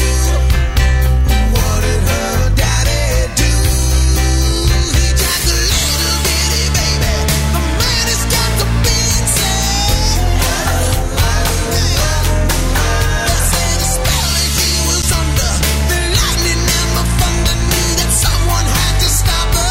What did her daddy do? He jacked a little bitty baby. The man has got the big said. They say the spell that he was under, the lightning and the thunder knew that someone had to stop the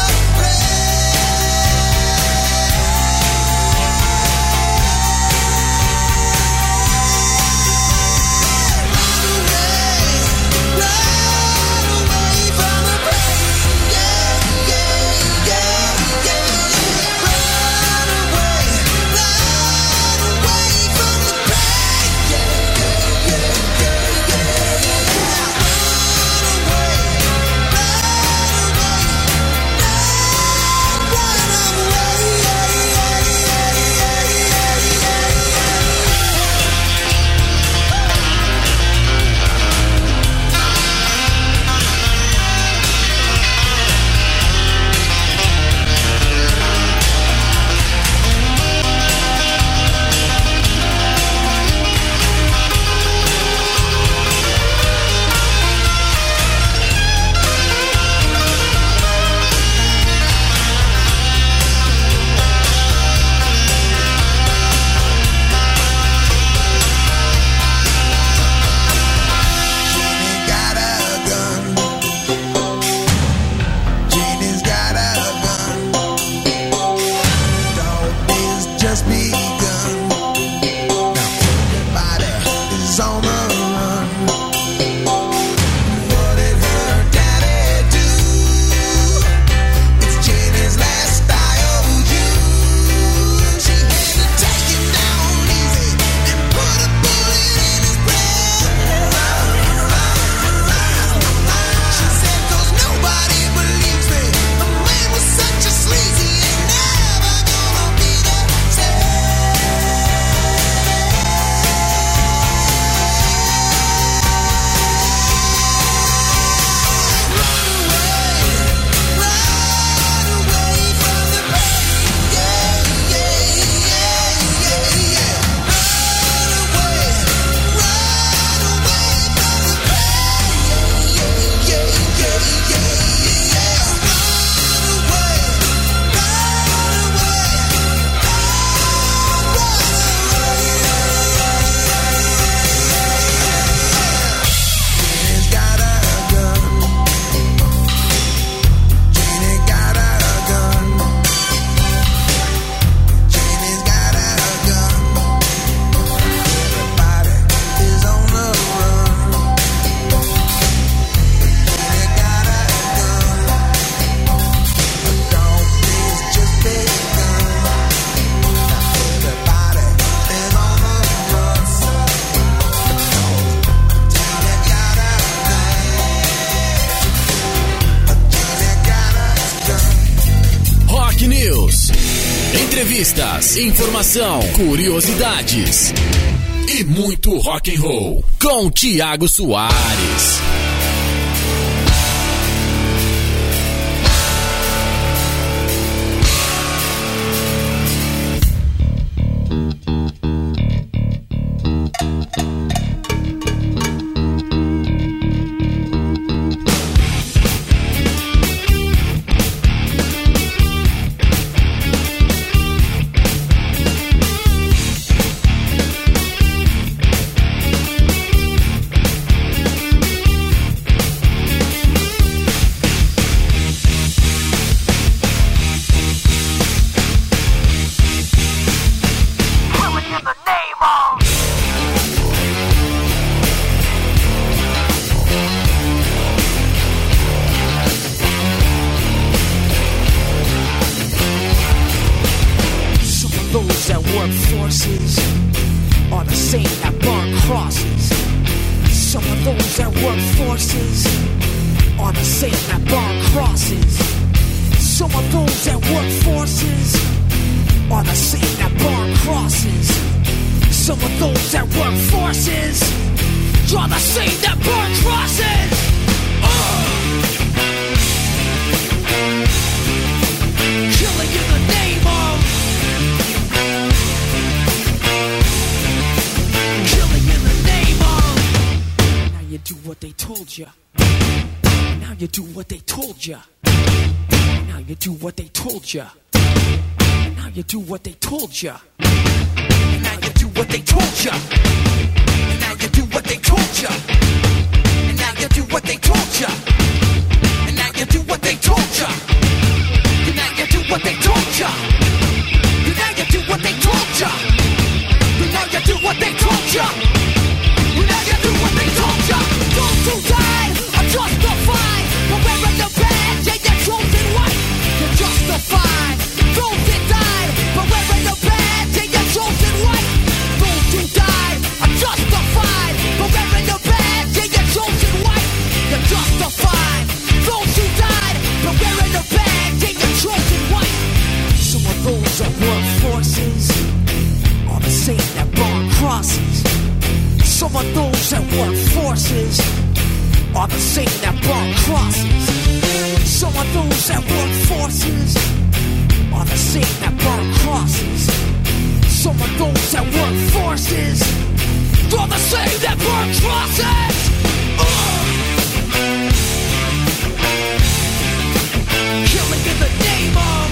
Entrevistas, informação, curiosidades e muito rock and roll com Tiago Soares.
work forces are the same that burn crosses. Some of those that work forces are the same that burn crosses. Some of those that work forces are the same that burn crosses. Some of those that work forces are the same that burn crosses. Uh. Killing in the name of Killing in the name of. Now you do what they told you. Now you do what they told you. Now you do what they told you. Now you do what they told you. Now you do what they told you. Now you do what they told you. And now you do what they told you. And now you do what they told you. And now you do what they told you. And now you do what they told you. And now you do what they told you. And now you do what they told you. Those who died are justified for wearing the badge and your chosen white. You're justified. Those that died for wearing the badge and your chosen white. Those who died are justified for wearing the badge and your chosen white. You're justified. Those who died for wearing the badge and your chosen white. Some of those that work forces are the same that burn crosses. Some of those that work forces are the same that burn crosses. Some of those that work forces are the same that burn crosses. Some of those that work forces are the same that burn crosses. Uh. Killing in the name of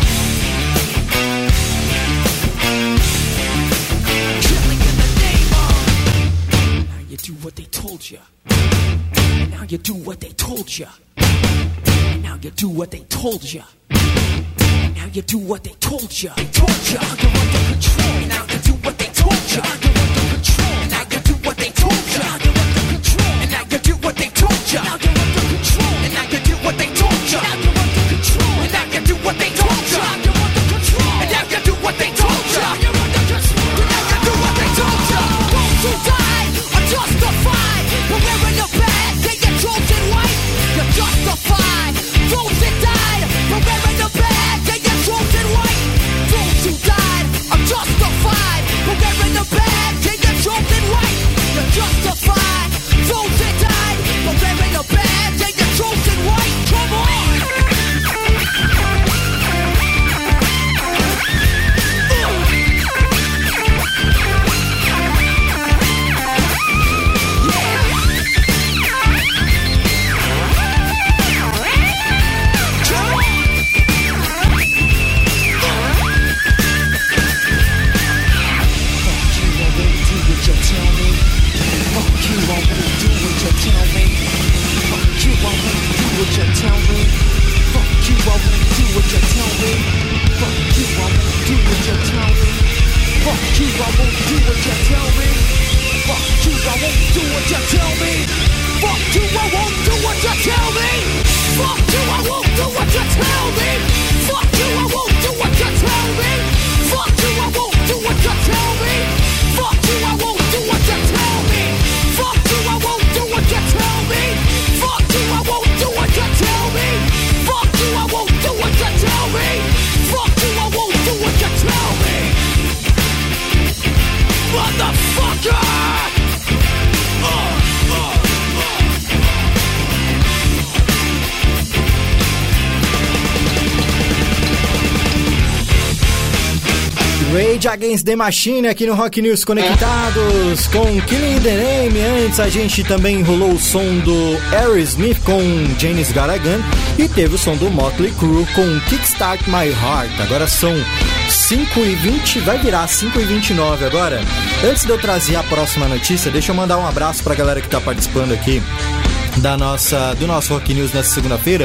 Killing in the name of. Now you do what they told you. Now you do what they told you. Now you do what they told you. Now you do what they told you. They told you you're under control. Now you do what they told you. You're under control. Now you do what they told you. You're under control. And now you do what they told you. Now you're under control. And now you do what they told you. Now you're under control. And now you do what they told you. You're under control. And now you do what they told you. You're under control. And now you do what they told you. Those who died are justified for wearing the badge and your chosen white. You're justified. Those that died for wearing the badge and your chosen white. Those who died are justified for wearing the badge and your chosen white. You're justified. Those that died for wearing the badge and your chosen white. Come on.
Rage Against the Machine aqui no Rock News Conectados com Killing the Name. Antes a gente também rolou o som do Aerosmith com Janis Garagan e teve o som do Motley Crue com Kickstart My Heart. Agora são cinco e vinte, vai virar cinco e vinte e nove agora. Antes de eu trazer a próxima notícia, deixa eu mandar um abraço pra galera que tá participando aqui da nossa, do nosso Rock News nessa segunda-feira.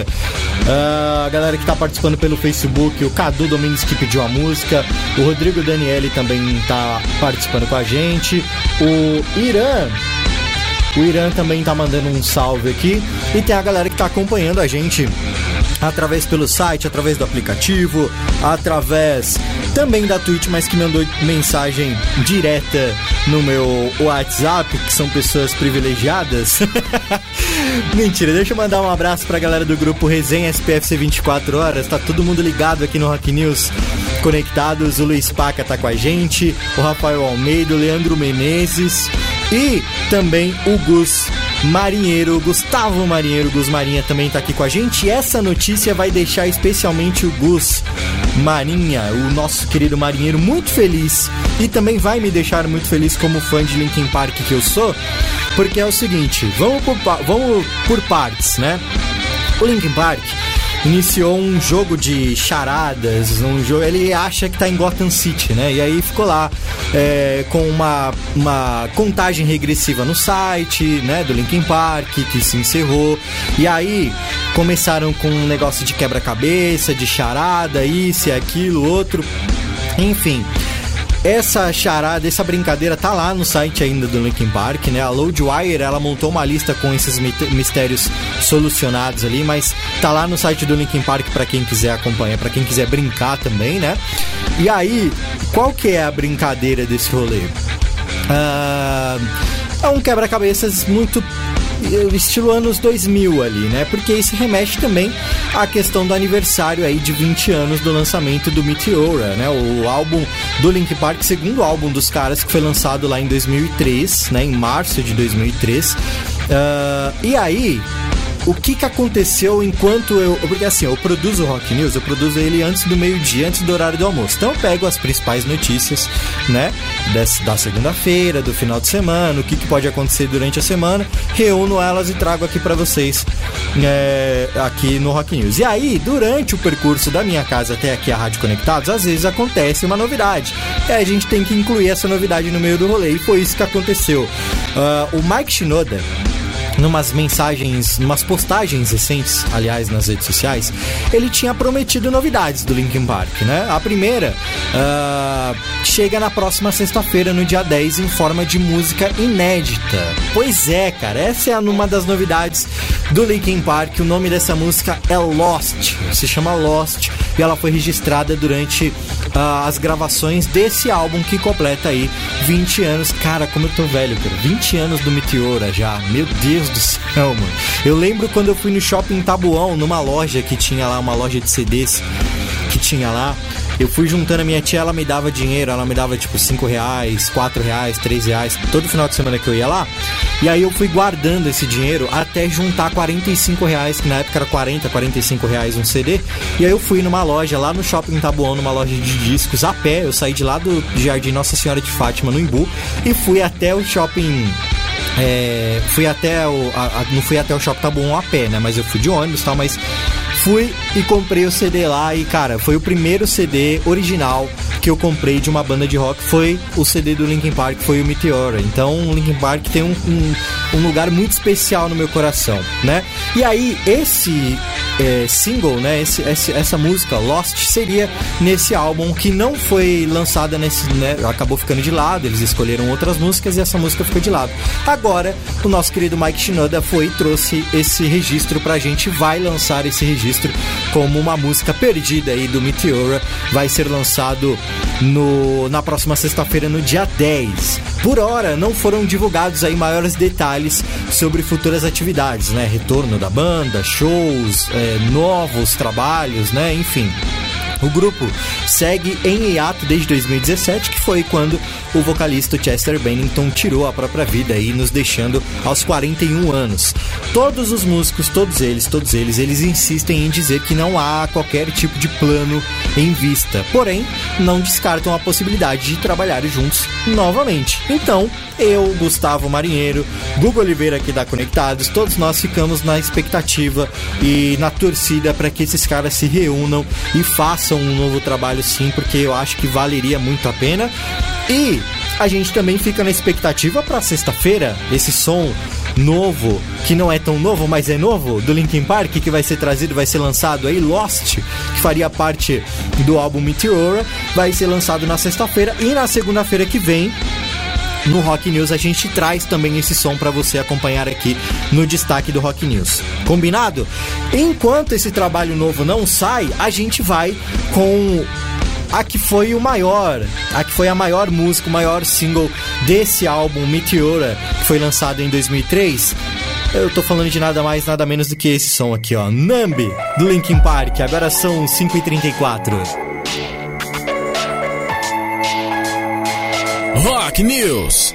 Uh, a galera que tá participando pelo Facebook, o Cadu Domingues que pediu a música, o Rodrigo Daniele também tá participando com a gente, o Irã o Irã também tá mandando um salve aqui, e tem a galera que tá acompanhando a gente através pelo site, através do aplicativo, através também da Twitch, mas que mandou mensagem direta no meu WhatsApp, que são pessoas privilegiadas. Mentira, deixa eu mandar um abraço pra galera do grupo Resenha S P F C vinte e quatro horas, tá todo mundo ligado aqui no Rock News conectados, o Luiz Paca tá com a gente, o Rafael Almeida, o Leandro Menezes e também o Gus Marinheiro, Gustavo Marinheiro, Gus Marinha também tá aqui com a gente. E essa notícia vai deixar especialmente o Gus Marinha, o nosso querido marinheiro, muito feliz, e também vai me deixar muito feliz como fã de Linkin Park que eu sou, porque é o seguinte, vamos por, vamos por partes, né? O Linkin Park iniciou um jogo de charadas, um jogo, ele acha que tá em Gotham City, né? E aí ficou lá é, com uma, uma contagem regressiva no site, né, do Linkin Park, que se encerrou. E aí começaram com um negócio de quebra-cabeça, de charada, isso e aquilo, outro. Enfim, essa charada, essa brincadeira tá lá no site ainda do Linkin Park, né? A Loadwire, ela montou uma lista com esses mistérios solucionados ali, mas tá lá no site do Linkin Park pra quem quiser acompanhar, pra quem quiser brincar também, né? E aí, qual que é a brincadeira desse rolê? Uh, é um quebra-cabeças muito estilo anos dois mil ali, né? Porque isso remete também à questão do aniversário aí de vinte anos do lançamento do Meteora, né? O álbum do Linkin Park, segundo álbum dos caras, que foi lançado lá em dois mil e três, né? Em março de dois mil e três. Uh, e aí, o que que aconteceu enquanto eu... Porque assim, eu produzo o Rock News, eu produzo ele antes do meio-dia, antes do horário do almoço. Então eu pego as principais notícias, né, desse, da segunda-feira, do final de semana, o que que pode acontecer durante a semana, reúno elas e trago aqui pra vocês, é, aqui no Rock News. E aí, durante o percurso da minha casa até aqui a Rádio Conectados, às vezes acontece uma novidade. E aí a gente tem que incluir essa novidade no meio do rolê. E foi isso que aconteceu. Uh, o Mike Shinoda, numas mensagens, numas postagens recentes, aliás, nas redes sociais, ele tinha prometido novidades do Linkin Park, né? A primeira uh, chega na próxima sexta-feira, no dia dez, em forma de música inédita. Pois é, cara, essa é uma das novidades do Linkin Park. O nome dessa música é Lost, se chama Lost, e ela foi registrada durante uh, as gravações desse álbum que completa aí vinte anos. Cara, como eu tô velho, cara, vinte anos do Meteora já, meu Deus do céu, mano. Eu lembro quando eu fui no Shopping Tabuão, numa loja que tinha lá, uma loja de C Ds que tinha lá, eu fui juntando a minha tia, ela me dava dinheiro, ela me dava tipo cinco reais, quatro reais, três reais, todo final de semana que eu ia lá, e aí eu fui guardando esse dinheiro até juntar quarenta e cinco reais, que na época era quarenta, quarenta e cinco reais um C D, e aí eu fui numa loja lá no Shopping Tabuão, numa loja de discos, a pé, eu saí de lá do Jardim Nossa Senhora de Fátima, no Imbu, e fui até o Shopping... É, fui até o... A, a, não fui até o Shopping Tabuão a pé, né? Mas eu fui de ônibus e tal, mas... Fui e comprei o C D lá e, cara, foi o primeiro C D original que eu comprei de uma banda de rock, foi o C D do Linkin Park, foi o Meteora. Então, o Linkin Park tem um, um, um lugar muito especial no meu coração, né? E aí, esse é, single, né, esse, esse, essa música, Lost, seria nesse álbum que não foi lançada nesse, né, acabou ficando de lado, eles escolheram outras músicas e essa música ficou de lado. Agora, o nosso querido Mike Shinoda foi e trouxe esse registro pra gente, vai lançar esse registro como uma música perdida aí do Meteora, vai ser lançado no, na próxima sexta-feira, no dia dez. Por hora, não foram divulgados aí maiores detalhes sobre futuras atividades, né? Retorno da banda, shows, é, novos trabalhos, né? Enfim. O grupo segue em hiato desde dois mil e dezessete, que foi quando o vocalista Chester Bennington tirou a própria vida aí, nos deixando aos quarenta e um anos. Todos os músicos, todos eles, todos eles, eles insistem em dizer que não há qualquer tipo de plano em vista. Porém, não descartam a possibilidade de trabalharem juntos novamente. Então, eu, Gustavo Marinheiro, Guga Oliveira aqui da Conectados, todos nós ficamos na expectativa e na torcida para que esses caras se reúnam e façam um novo trabalho, sim, porque eu acho que valeria muito a pena. E a gente também fica na expectativa para sexta-feira, esse som novo, que não é tão novo, mas é novo, do Linkin Park, que vai ser trazido, vai ser lançado aí, Lost, que faria parte do álbum Meteora, vai ser lançado na sexta-feira, e na segunda-feira que vem no Rock News a gente traz também esse som para você acompanhar aqui no destaque do Rock News. Combinado? Enquanto esse trabalho novo não sai, a gente vai com a que foi o maior, a que foi a maior música, o maior single desse álbum, Meteora, que foi lançado em dois mil e três. Eu tô falando de nada mais, nada menos do que esse som aqui, ó, Numb, do Linkin Park. Agora são cinco e trinta e quatro.
Rock News.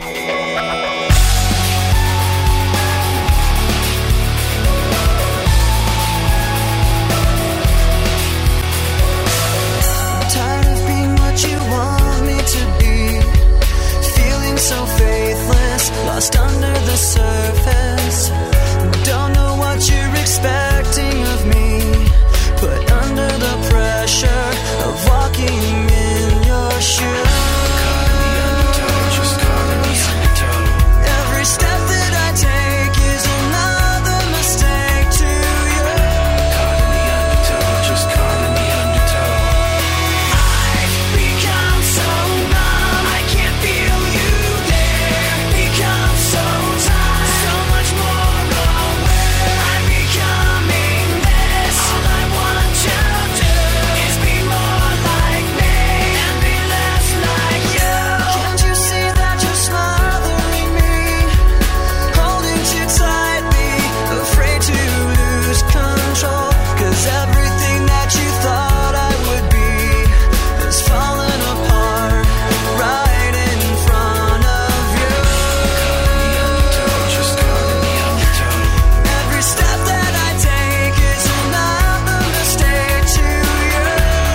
Tired of being what you want me to be, feeling so faithless, lost under the surface. Don't know what you're expecting of me, put under the pressure of walking in your shoes. Every step that I take is another mistake to you. Caught in the undertow, just caught in the undertow. I've become so numb, I can't feel you there. Become so tired, so much more aware. I'm becoming this. All I want you to do is be more like me and be less like you. Can't you see that you're smothering me? Holding too tightly, afraid to lose control. 'Cause everything that you thought I would be has fallen apart right in front of you. Just caught in the undertow. Every step that I take is another mistake to you.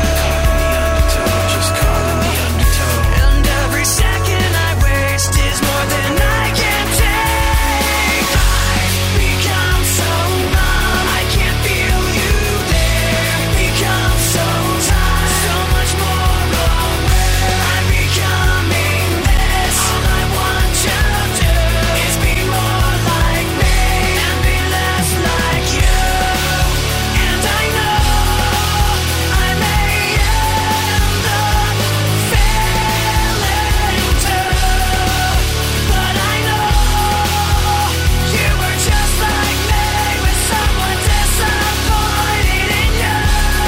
Just caught in the undertow. And every second I waste is more than I can take. I've become so numb, I can't feel you there. Become so tired, so much more aware. I'm becoming this. All I want you to do is be more like me and be less like you. And I know I may end up failing too, but I know you were just like me, with someone disappointed in you.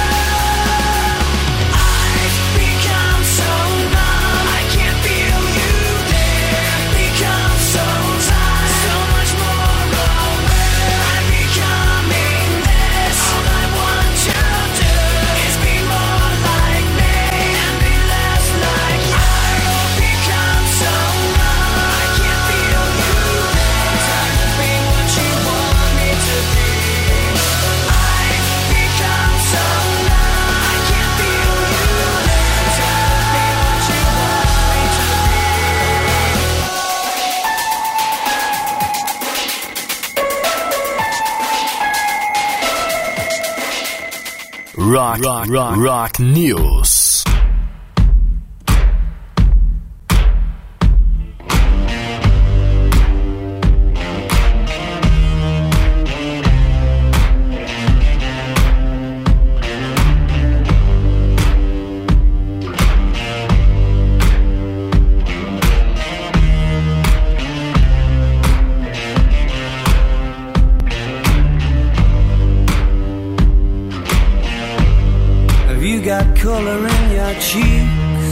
I've become so numb, I can't feel you there. Become so tired, so much more aware. I'm becoming this. All I want you to do is be more like me and be less like you. I've become so numb, I can't feel you there. Tired of being what you want me to be. I've become so numb, I can't feel you there. Tired of being what you want me to
Rock, rock, rock, rock News.
Have you got color in your cheeks?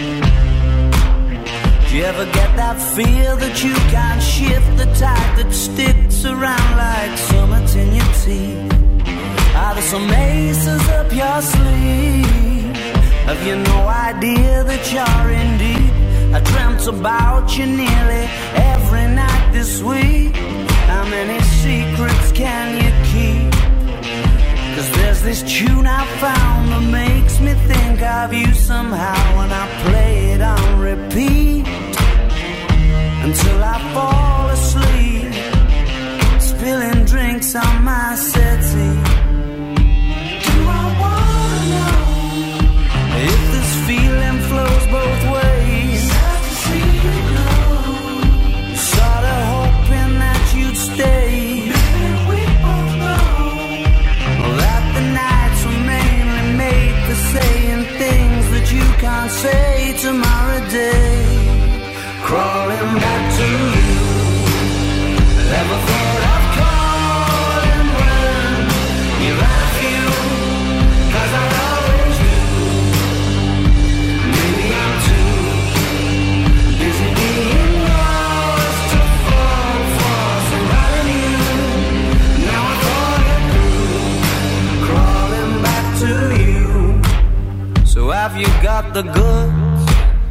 Do you ever get that feel that you can't shift, the type that sticks around like summits in your teeth? Are there some aces up your sleeve? Have you no idea that you're in deep? I dreamt about you nearly every night this week. How many secrets can you keep? 'Cause there's this tune I found that makes me think of you somehow, and I play it on repeat until I fall asleep, spilling drinks on my settee. Do I wanna know if this feeling flows both ways? Sad to see you go. Sorta hoping that you'd stay. We both know that the nights were mainly made for saying things that you can't say tomorrow day. crawling back to you. Ever thought of calling when you're out of you? 'Cause I always do. Maybe I'm too busy being lost to fall for somebody new. Now I thought it through, crawling back to you. So have you got the goods?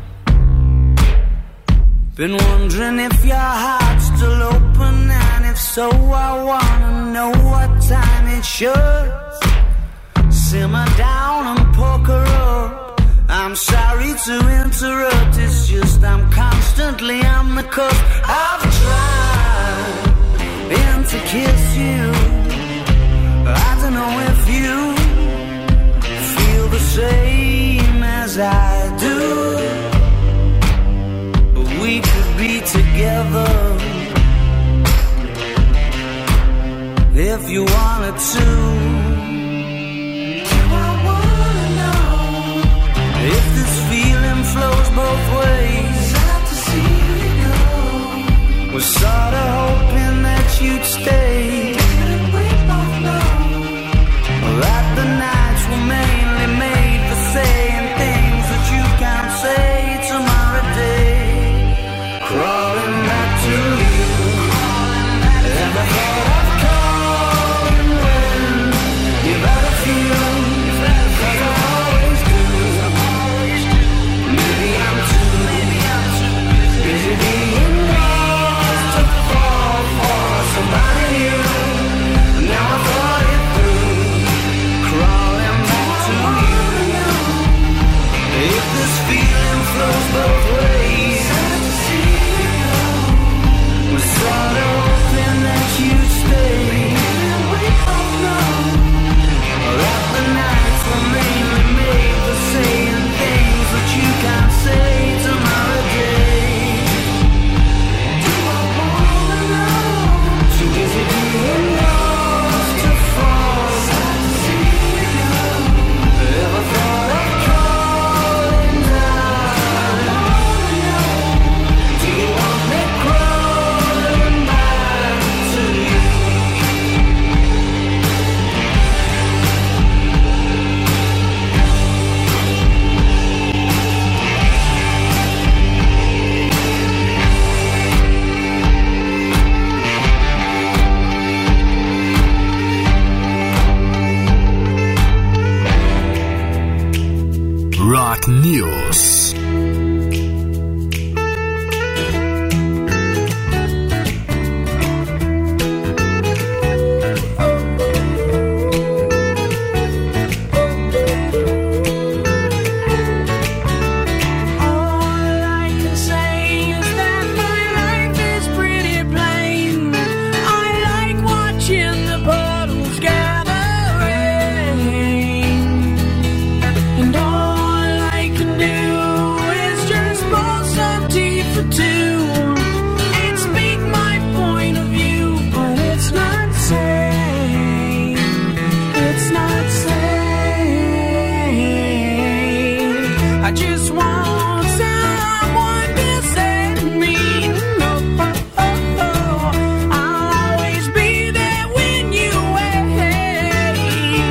Been wondering if your heart's still open, and if so, I wanna know what time it should. Simmer down and poker up. I'm sorry to interrupt, it's just I'm constantly on the cusp. I've tried and to kiss you. I don't know if you feel the same as I do. We could be together if you wanted to. Do I wanna know if this feeling flows both ways? Sad to see you go. Was sorta hoping that you'd stay. Didn't we both know that the nights were mainly made for saying things that you can't say tomorrow day? Crawling back to you. Ever thought of calling when you've had a few? 'Cause I always do. Maybe I'm too busy being lost to fall for somebody new. Now I thought it through, crawling back to you. If this feeling flows both ways, was sorta hoping that you'd stay. We both know that the nights were mainly made for saying things that you can't say tomorrow day. Do I wanna know? Too busy being lost to fall. Sad to see you go. Ever thought of calling down? Do you want me crawling back to you?
Rock News.
And all I can do is just pour some tea for two and speak my point of view, but it's not safe. It's not safe. I just want someone to set me. No, oh, oh, oh. I'll always be there when you wait.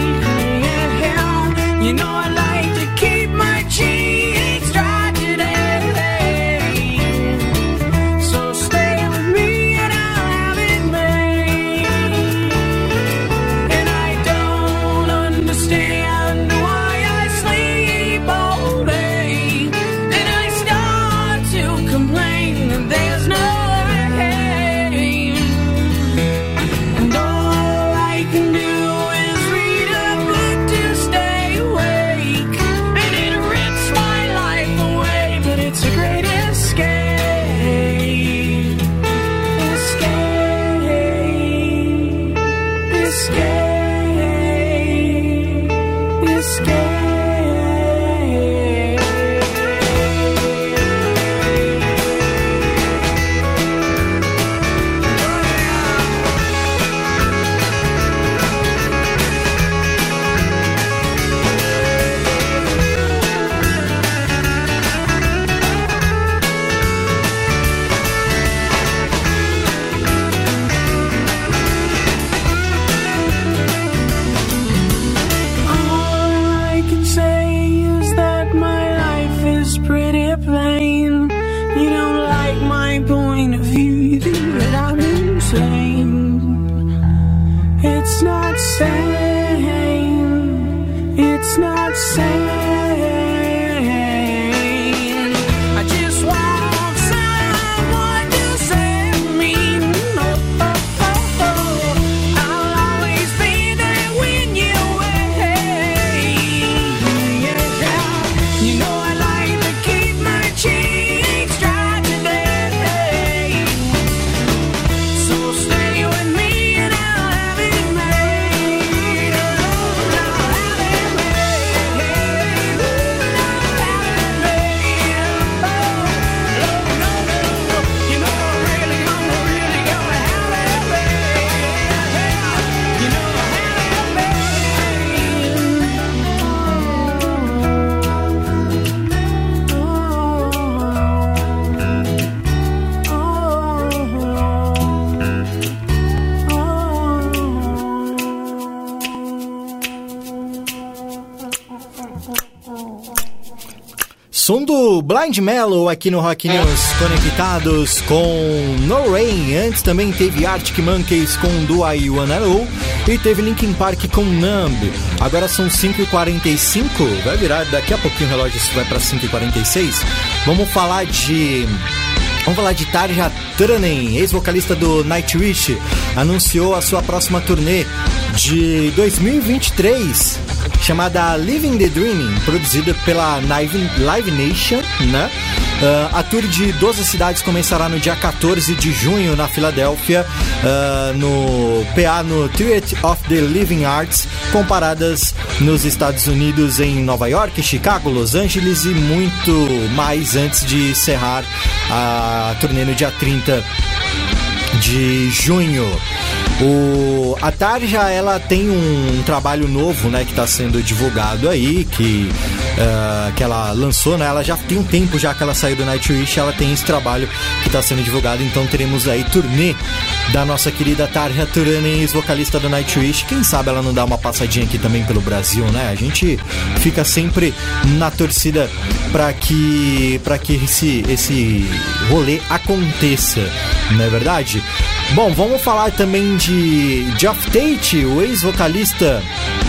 You know I like to keep my cheeks dry today. So stay with me and I'll have it made. And I don't understand why I sleep all day. And I start to complain that there's no rain. And all I can do is read a book to stay awake. And it rips my life away, but it's a great escape. Escape. Escape. Escape.
insane. I just want someone to save me. Oh, oh, oh, oh. I'll always be there when you're away. Yeah. You know I like to keep my cheeks dry today. So stay with me and I'll have it made. I'll have it made. I'll have it made. Oh, no, no, no. You know I really, gonna, really gonna have it made. You know I have
Som do Blind Mellow aqui no Rock News, conectados com No Rain. Antes também teve Arctic Monkeys com Do I Wanna Know e teve Linkin Park com Numb. Agora são cinco e quarenta e cinco, vai virar daqui a pouquinho o relógio, isso vai para cinco e quarenta e seis. Vamos falar de... Vamos falar de Tarja Turunen, ex-vocalista do Nightwish, anunciou a sua próxima turnê de dois mil e vinte e três, chamada Living the Dream, produzida pela Live, Live Nation, né? Uh, a tour de doze cidades começará no dia quatorze de junho na Filadélfia, uh, no P A no Theatre of the Living Arts, com paradas nos Estados Unidos, em Nova York, Chicago, Los Angeles e muito mais antes de encerrar a turnê no dia trinta de junho. O, a Tarja, ela tem um trabalho novo, né, que está sendo divulgado aí, que, uh, que ela lançou, né, ela já tem um tempo já que ela saiu do Nightwish, ela tem esse trabalho que está sendo divulgado, então teremos aí turnê da nossa querida Tarja Turunen, ex-vocalista do Nightwish. Quem sabe ela não dá uma passadinha aqui também pelo Brasil, né, a gente fica sempre na torcida para que, para que esse, esse rolê aconteça, não é verdade? Bom, vamos falar também de Geoff Tate, o ex-vocalista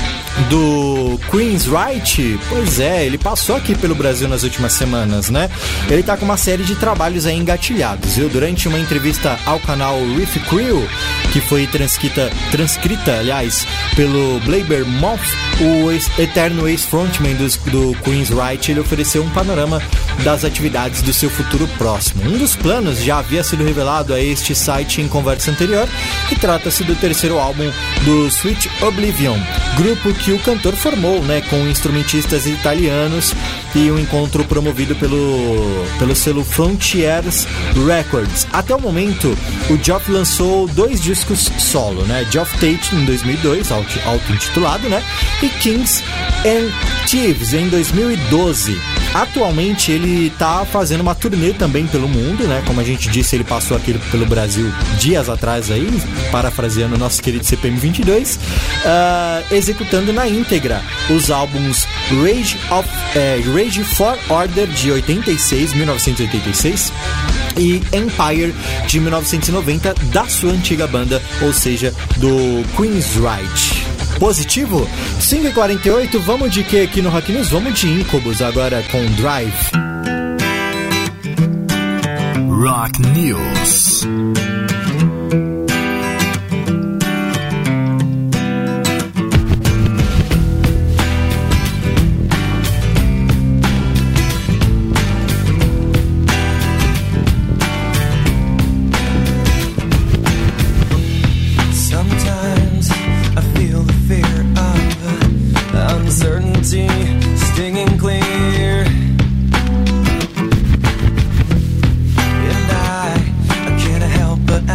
do Queensryche. Pois é, ele passou aqui pelo Brasil nas últimas semanas, né? Ele tá com uma série de trabalhos aí engatilhados, viu? Durante uma entrevista ao canal Riff Crew, que foi transcrita, transcrita aliás, pelo Blaber Moth, o ex, eterno ex-frontman do, do Queensryche, ele ofereceu um panorama das atividades do seu futuro próximo. Um dos planos já havia sido revelado a este site em conversa anterior, e trata-se do terceiro álbum do Sweet Oblivion, grupo que o cantor formou, né, com instrumentistas italianos, e um encontro promovido pelo, pelo selo Frontiers Records. Até o momento, o Geoff lançou dois discos solo, né? Geoff Tate em dois mil e dois, auto-intitulado, né? E Kings and Thieves em dois mil e doze. Atualmente ele tá fazendo uma turnê também pelo mundo, né? Como a gente disse, ele passou aqui pelo Brasil dias atrás aí, parafraseando o nosso querido C P M vinte e dois, uh, executando na íntegra os álbuns Rage, of, eh, Rage for Order de oitenta e seis, mil novecentos e oitenta e seis, e Empire de mil novecentos e noventa, da sua antiga banda, ou seja, do Queensryche. Positivo? cinco e quarenta e oito, vamos de que aqui no Rock News? Vamos de Incubus agora com Drive.
Rock News.
Stinging clear, and I, I can't help but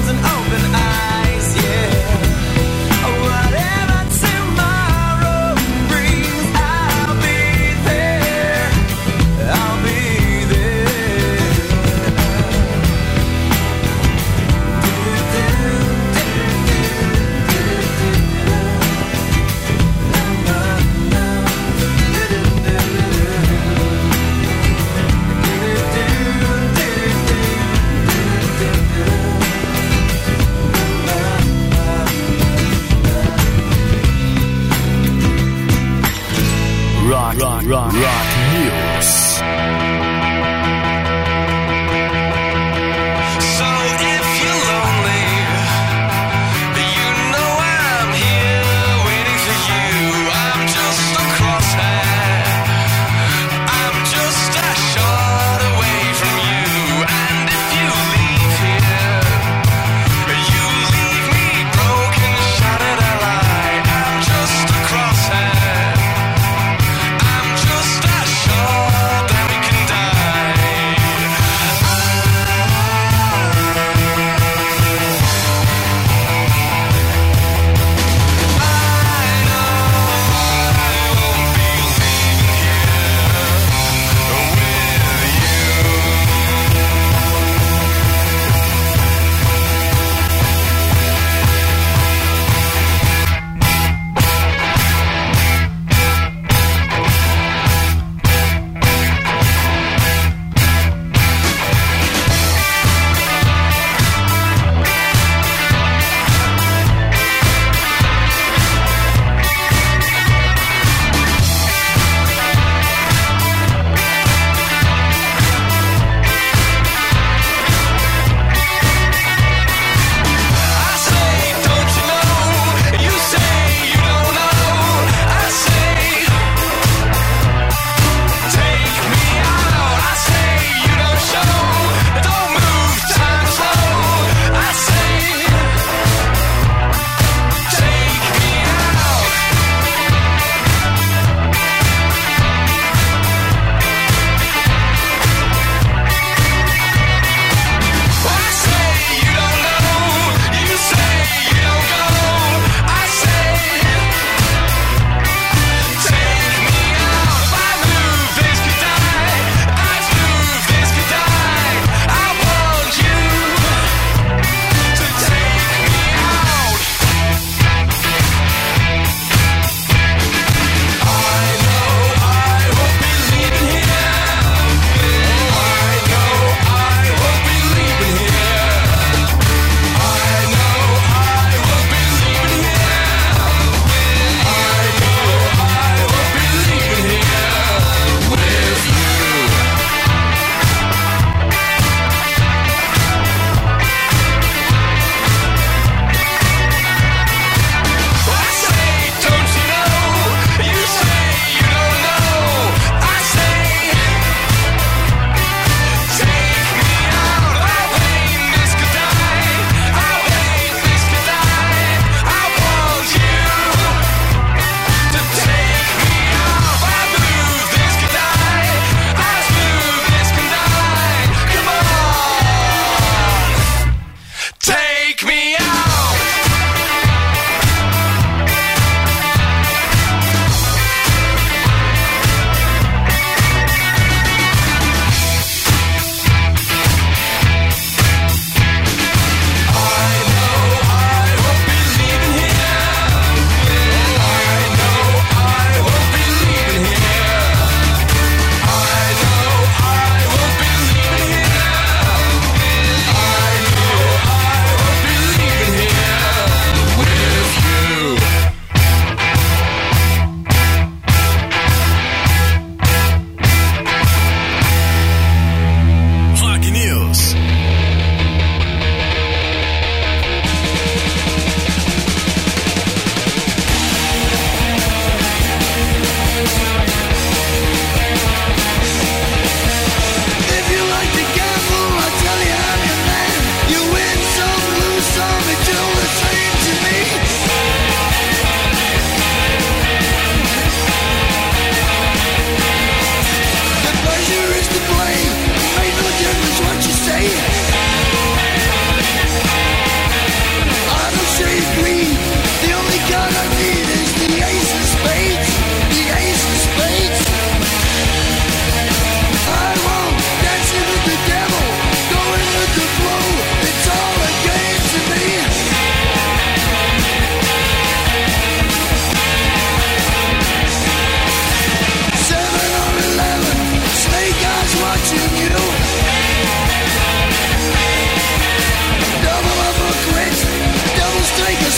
arms and open eyes, yeah. Whatever tomorrow brings, I'll be there. I'll be
Rock, rock, rock, rock news.
So if you're lonely, you know I'm here waiting for you. I'm just a crosshair. I'm just a shot away from you. And if you leave here, you leave me broken, shattered, I lie. I'm just a crosshair. I'm just a shot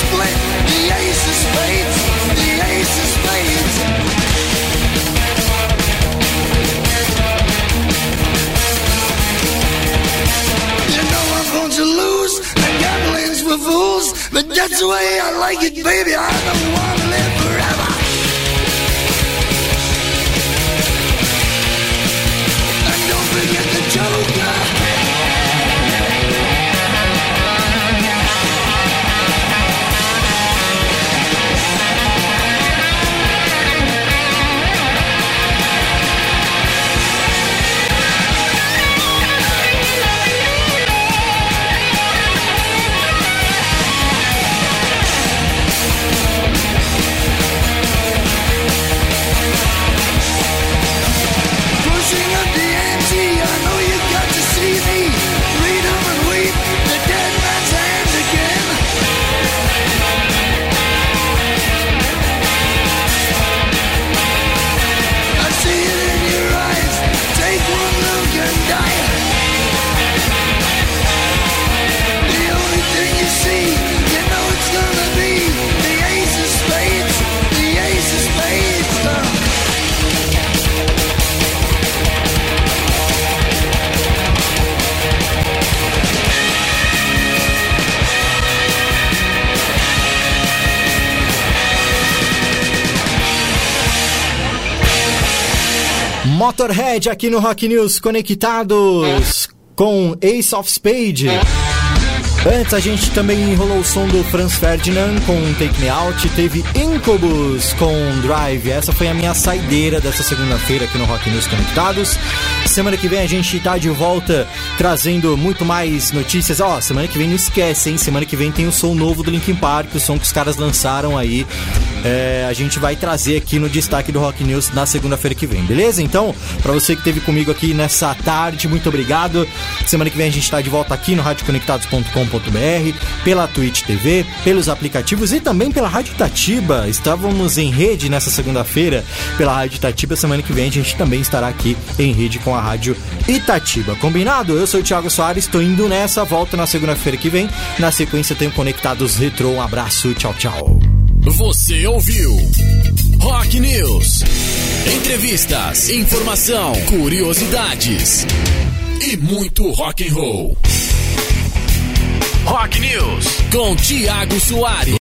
split, the ace of spades, the ace of spades. You know I'm going to lose, the gambling's for fools, but that's the way I like it, baby. I don't want to live forever. And don't forget the joker.
Motorhead aqui no Rock News Conectados com Ace of Spades. Antes a gente também enrolou o som do Franz Ferdinand com Take Me Out, teve Incubus com Drive. Essa foi a minha saideira dessa segunda-feira aqui no Rock News Conectados. Semana que vem a gente tá de volta trazendo muito mais notícias. Ó, oh, semana que vem não esquece, hein? Semana que vem tem o som novo do Linkin Park, o som que os caras lançaram aí. É, a gente vai trazer aqui no destaque do Rock News na segunda-feira que vem, beleza? Então, pra você que esteve comigo aqui nessa tarde, muito obrigado. Semana que vem a gente tá de volta aqui no rádio conectados ponto com ponto b r, pela Twitch T V, pelos aplicativos e também pela Rádio Itatiba. Estávamos em rede nessa segunda-feira pela Rádio Itatiba. Semana que vem a gente também estará aqui em rede com a Rádio Itatiba. Combinado? Eu sou o Thiago Soares, tô indo nessa, volto na segunda-feira que vem. Na sequência tenho Conectados Retro. Um abraço, tchau, tchau.
Você ouviu Rock News. Entrevistas, informação, curiosidades e muito rock and roll. Rock News com Thiago Soares.